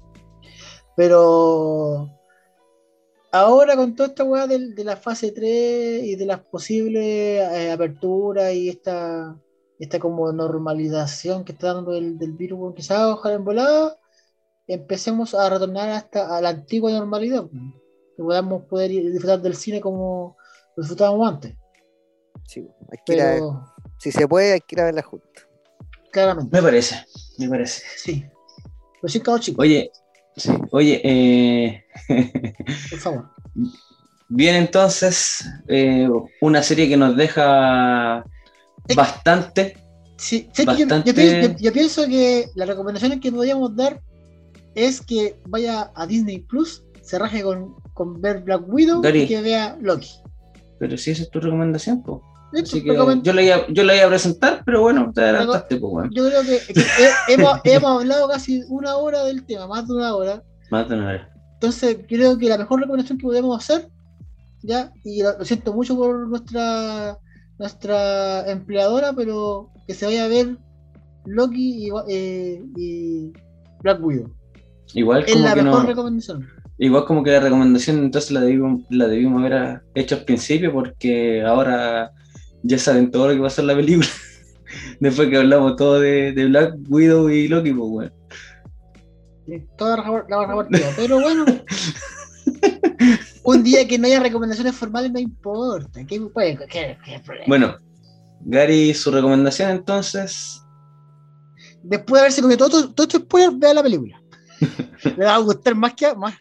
Pero ahora con toda esta weá de, de la fase tres y de las posibles eh, aperturas y esta, esta como normalización que está dando el, del virus, quizás ojalá en volada, empecemos a retornar hasta a la antigua normalidad, pues, que podamos poder ir- disfrutar del cine como lo disfrutábamos antes. Sí, hay que ir a, Pero si se puede, hay que ir a verla juntos. claramente, Me parece, me parece. sí. Pero sí, cabros chicos, Oye, sí, oye, eh, por favor. bien entonces, eh, una serie que nos deja Es- bastante, Sí, sé que yo, yo bastante... pienso, yo- yo pienso que las recomendaciones que podríamos dar es que vaya a Disney Plus, se raje con, con ver Black Widow Gary. y que vea Loki. Pero si esa es tu recomendación, pues. Listo, Así que recomen- yo la, iba, yo la iba a presentar, pero bueno, te adelantaste, pues, bueno. Yo creo que, que he- hemos, hemos hablado casi una hora del tema, más de una hora. Más de una hora. Entonces, creo que la mejor recomendación que podemos hacer, ya, y lo, lo siento mucho por nuestra nuestra empleadora, pero que se vaya a ver Loki y, eh, y Black Widow. Igual Es como la que mejor no, recomendación. igual como que la recomendación entonces la debimos, la debimos haber hecho al principio, porque ahora ya saben todo lo que va a ser la película. Después que hablamos todo de, de Black Widow y Loki, pues bueno. Sí, toda la la barra partida. Pero bueno, un día que no haya recomendaciones formales no importa. ¿Qué, qué, qué, qué problema? Bueno, Gary, su recomendación entonces. Después de haberse comido todo, todo, todo esto spoiler, vea la película. Le va a gustar más que más.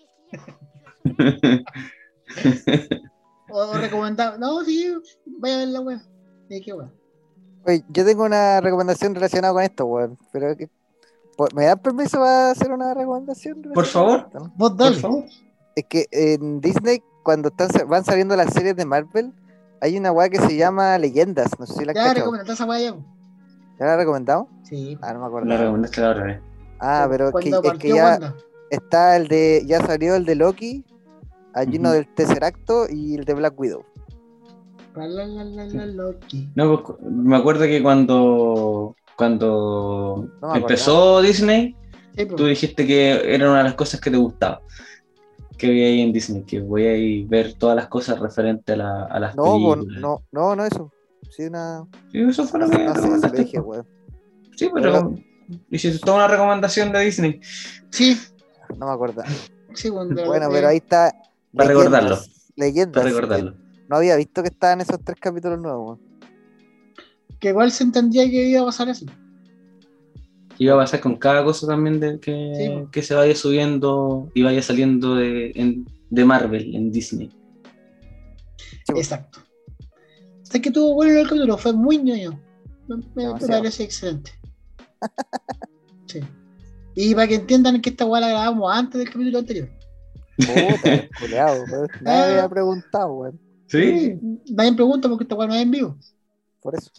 O, o recomendar. No, sí, vaya a ver la wea. Sí, qué wea. Oye, yo tengo una recomendación relacionada con esto, weón. Pero que, por- ¿me dan permiso para hacer una recomendación? Por favor. relacionada con esto, no? Vos Por dale. favor. Es que en Disney, cuando están, sa- van saliendo las series de Marvel, hay una weá que se llama Leyendas. No sé si la has Ya cachado. recomendá esa wea ya. po. ¿Ya la he recomendado? Sí. Ah, no me La acordaba. recomendaste la otra vez. Ah, pero es que, Cuando es que partió ya Wanda. está el de. Ya salió el de Loki, hay uno Ujú. del Tesseracto y el de Black Widow. La, la, la, la, la, Loki. No, pues, me acuerdo que cuando, cuando No me empezó Disney, Sí, po. tú dijiste que era una de las cosas que te gustaba. Que vi ahí en Disney, que voy a ir ver todas las cosas referentes a, la, a las No, po, películas. no, no, no eso. Sí, una. Sí, eso fue No, lo que no sé si lo recomendaste. dije, pues. weón. Sí, pero hiciste toda una recomendación de Disney. Sí, No me acuerdo. sí, bueno, de- Bueno, de- pero ahí está. Para Leyendas, recordarlo. Leyendas. Para recordarlo. No había visto que estaban esos tres capítulos nuevos. weón. que igual se entendía que iba a pasar así. Iba a pasar con cada cosa también de que, Sí, pues. que se vaya subiendo y vaya saliendo de, en- de Marvel en Disney. Sí, po. Exacto. Sé que tuvo bueno el capítulo, fue muy ñoño. Me, me- me Demasiado. parece excelente. Sí. Y para que entiendan que esta weá la grabamos antes del capítulo anterior. Puta, culeado, weón. Nadie me había preguntado, weón. Sí. Nadie pregunta porque esta weá no es en vivo. Por eso.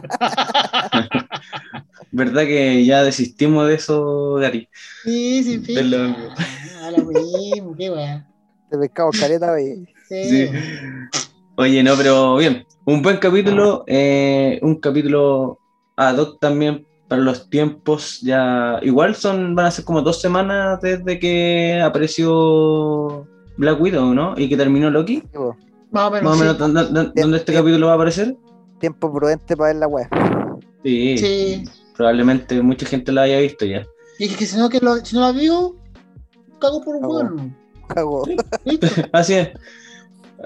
¿Verdad que ya desistimos de eso, Gary? Sí, sí, sí. De lo- Ah, a lo mismo, qué weá. Te pescamos careta, wey. Sí. Sí. Oye, no, pero bien. Un buen capítulo, eh, un capítulo ad hoc también para los tiempos. Ya igual son, van a ser como dos semanas desde que apareció Black Widow, ¿no? Y que terminó Loki. Sí, po. Más o menos. Más o menos, sí. ¿dónde, dónde- dónde este Bien. capítulo va a aparecer? Tiempo prudente para ver la weá. Sí, Sí. probablemente mucha gente la haya visto ya. Y es que si no, que lo, si no la vio, cago por un Cagó. weón. Cago. Sí. Listo. Así es.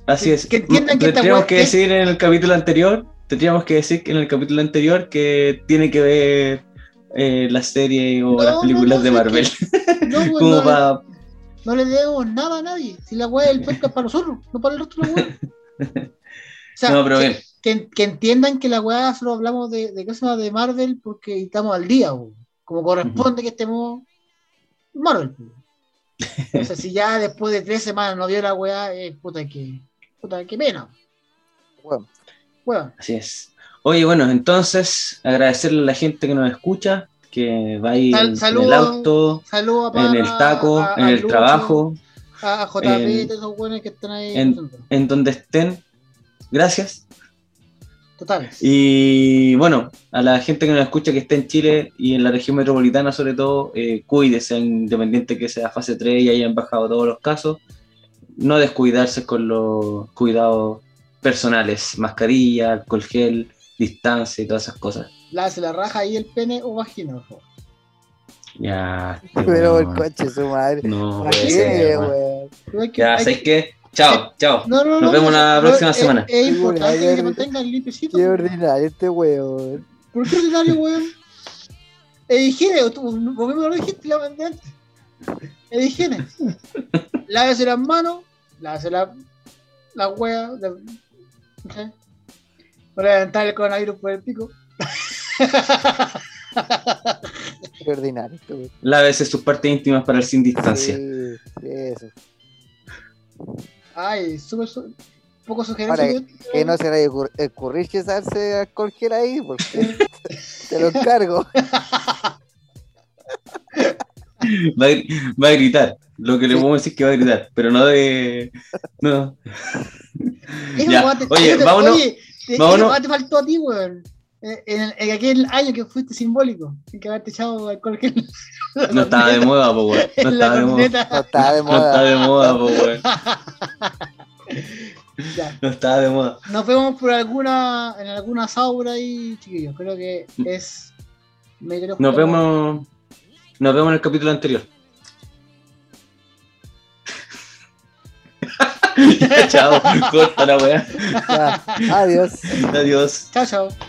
Así Que- es. que entiendan que esta Tendríamos weá- que que- decir en el capítulo anterior, tendríamos que decir que en el capítulo anterior que tiene que ver eh, la serie o No, las no, películas no, de si es Marvel. que- no, pues, Como no, le, para... no le debemos nada a nadie. Si la weá del podcast es para nosotros, no para el resto de la weá. O sea, No, pero que, bien. que, que entiendan que la weá solo hablamos de, de cosas de Marvel porque estamos al día, weón. Como corresponde que estemos en Marvel. Weón. Entonces, si ya después de tres semanas no vio la weá, eh, puta que. Puta que pena. Bueno, Weón. Así es. Oye, bueno, entonces agradecerle a la gente que nos escucha, que va ahí Sal- en, en el saludos, auto, saludos a en Parra, el taco, a, en a el Lucho, trabajo, a, a J P, en- todos esos buenos que están ahí. en, presentes. en donde estén. Gracias. Totales. Y bueno, a la gente que nos escucha que esté en Chile y en la región metropolitana sobre todo, eh, cuídese, independiente que sea fase tres y hayan bajado todos los casos, no descuidarse con los cuidados personales, mascarilla, alcohol gel, distancia y todas esas cosas. Lávese la raja ahí el pene o vagina, por favor. Ya, este pero el weón. coche su madre. No ¿Para puede qué, ser, weón. weón? Pero hay que- Ya, hay ¿sabes que- qué? Chao, chao. No, no, Nos no, vemos no, la no, próxima es- semana. Es, importante Seguro, que ayer- mantengan limpiecito. Qué weón. ordinario este weón. ¿Por qué ordinario, weón? Es higiene, tú, vos mismo lo dijiste la de antes. Es higiene. Lávese las manos, lávese la, la wea, la, no sé. No le levantar el coronavirus por el pico. Qué ordinario este weón. Lávese sus partes íntimas para el sin distancia. Sí, sí, eso. Ay, súper, su- poco sugerente. Ahora, que no se le ocur- ocurrir que darse alcohol gel ahí, porque te lo encargo. Va a, va a gritar. Lo que le Sí. podemos decir es que va a gritar, pero no de. No. Eso, Ya, weón, te- oye, eso te- vámonos, oye, te- vámonos. eso, weón, te faltó a ti, weón. En, en- en aquel año que fuiste simbólico, en que haberte echado alcohol gel. No estaba de moda, po, weón. No En la estaba de moda. corneta. No está de No estaba de moda. moda, po, weón. Ya. No estaba de moda. Nos vemos por alguna, en alguna saura ahí, chiquillos. Creo que es. me creo Nos justo- vemos. Nos vemos en el capítulo anterior. Ya, chao. Corta la weá. Ya, adiós. Adiós. Chao, chao.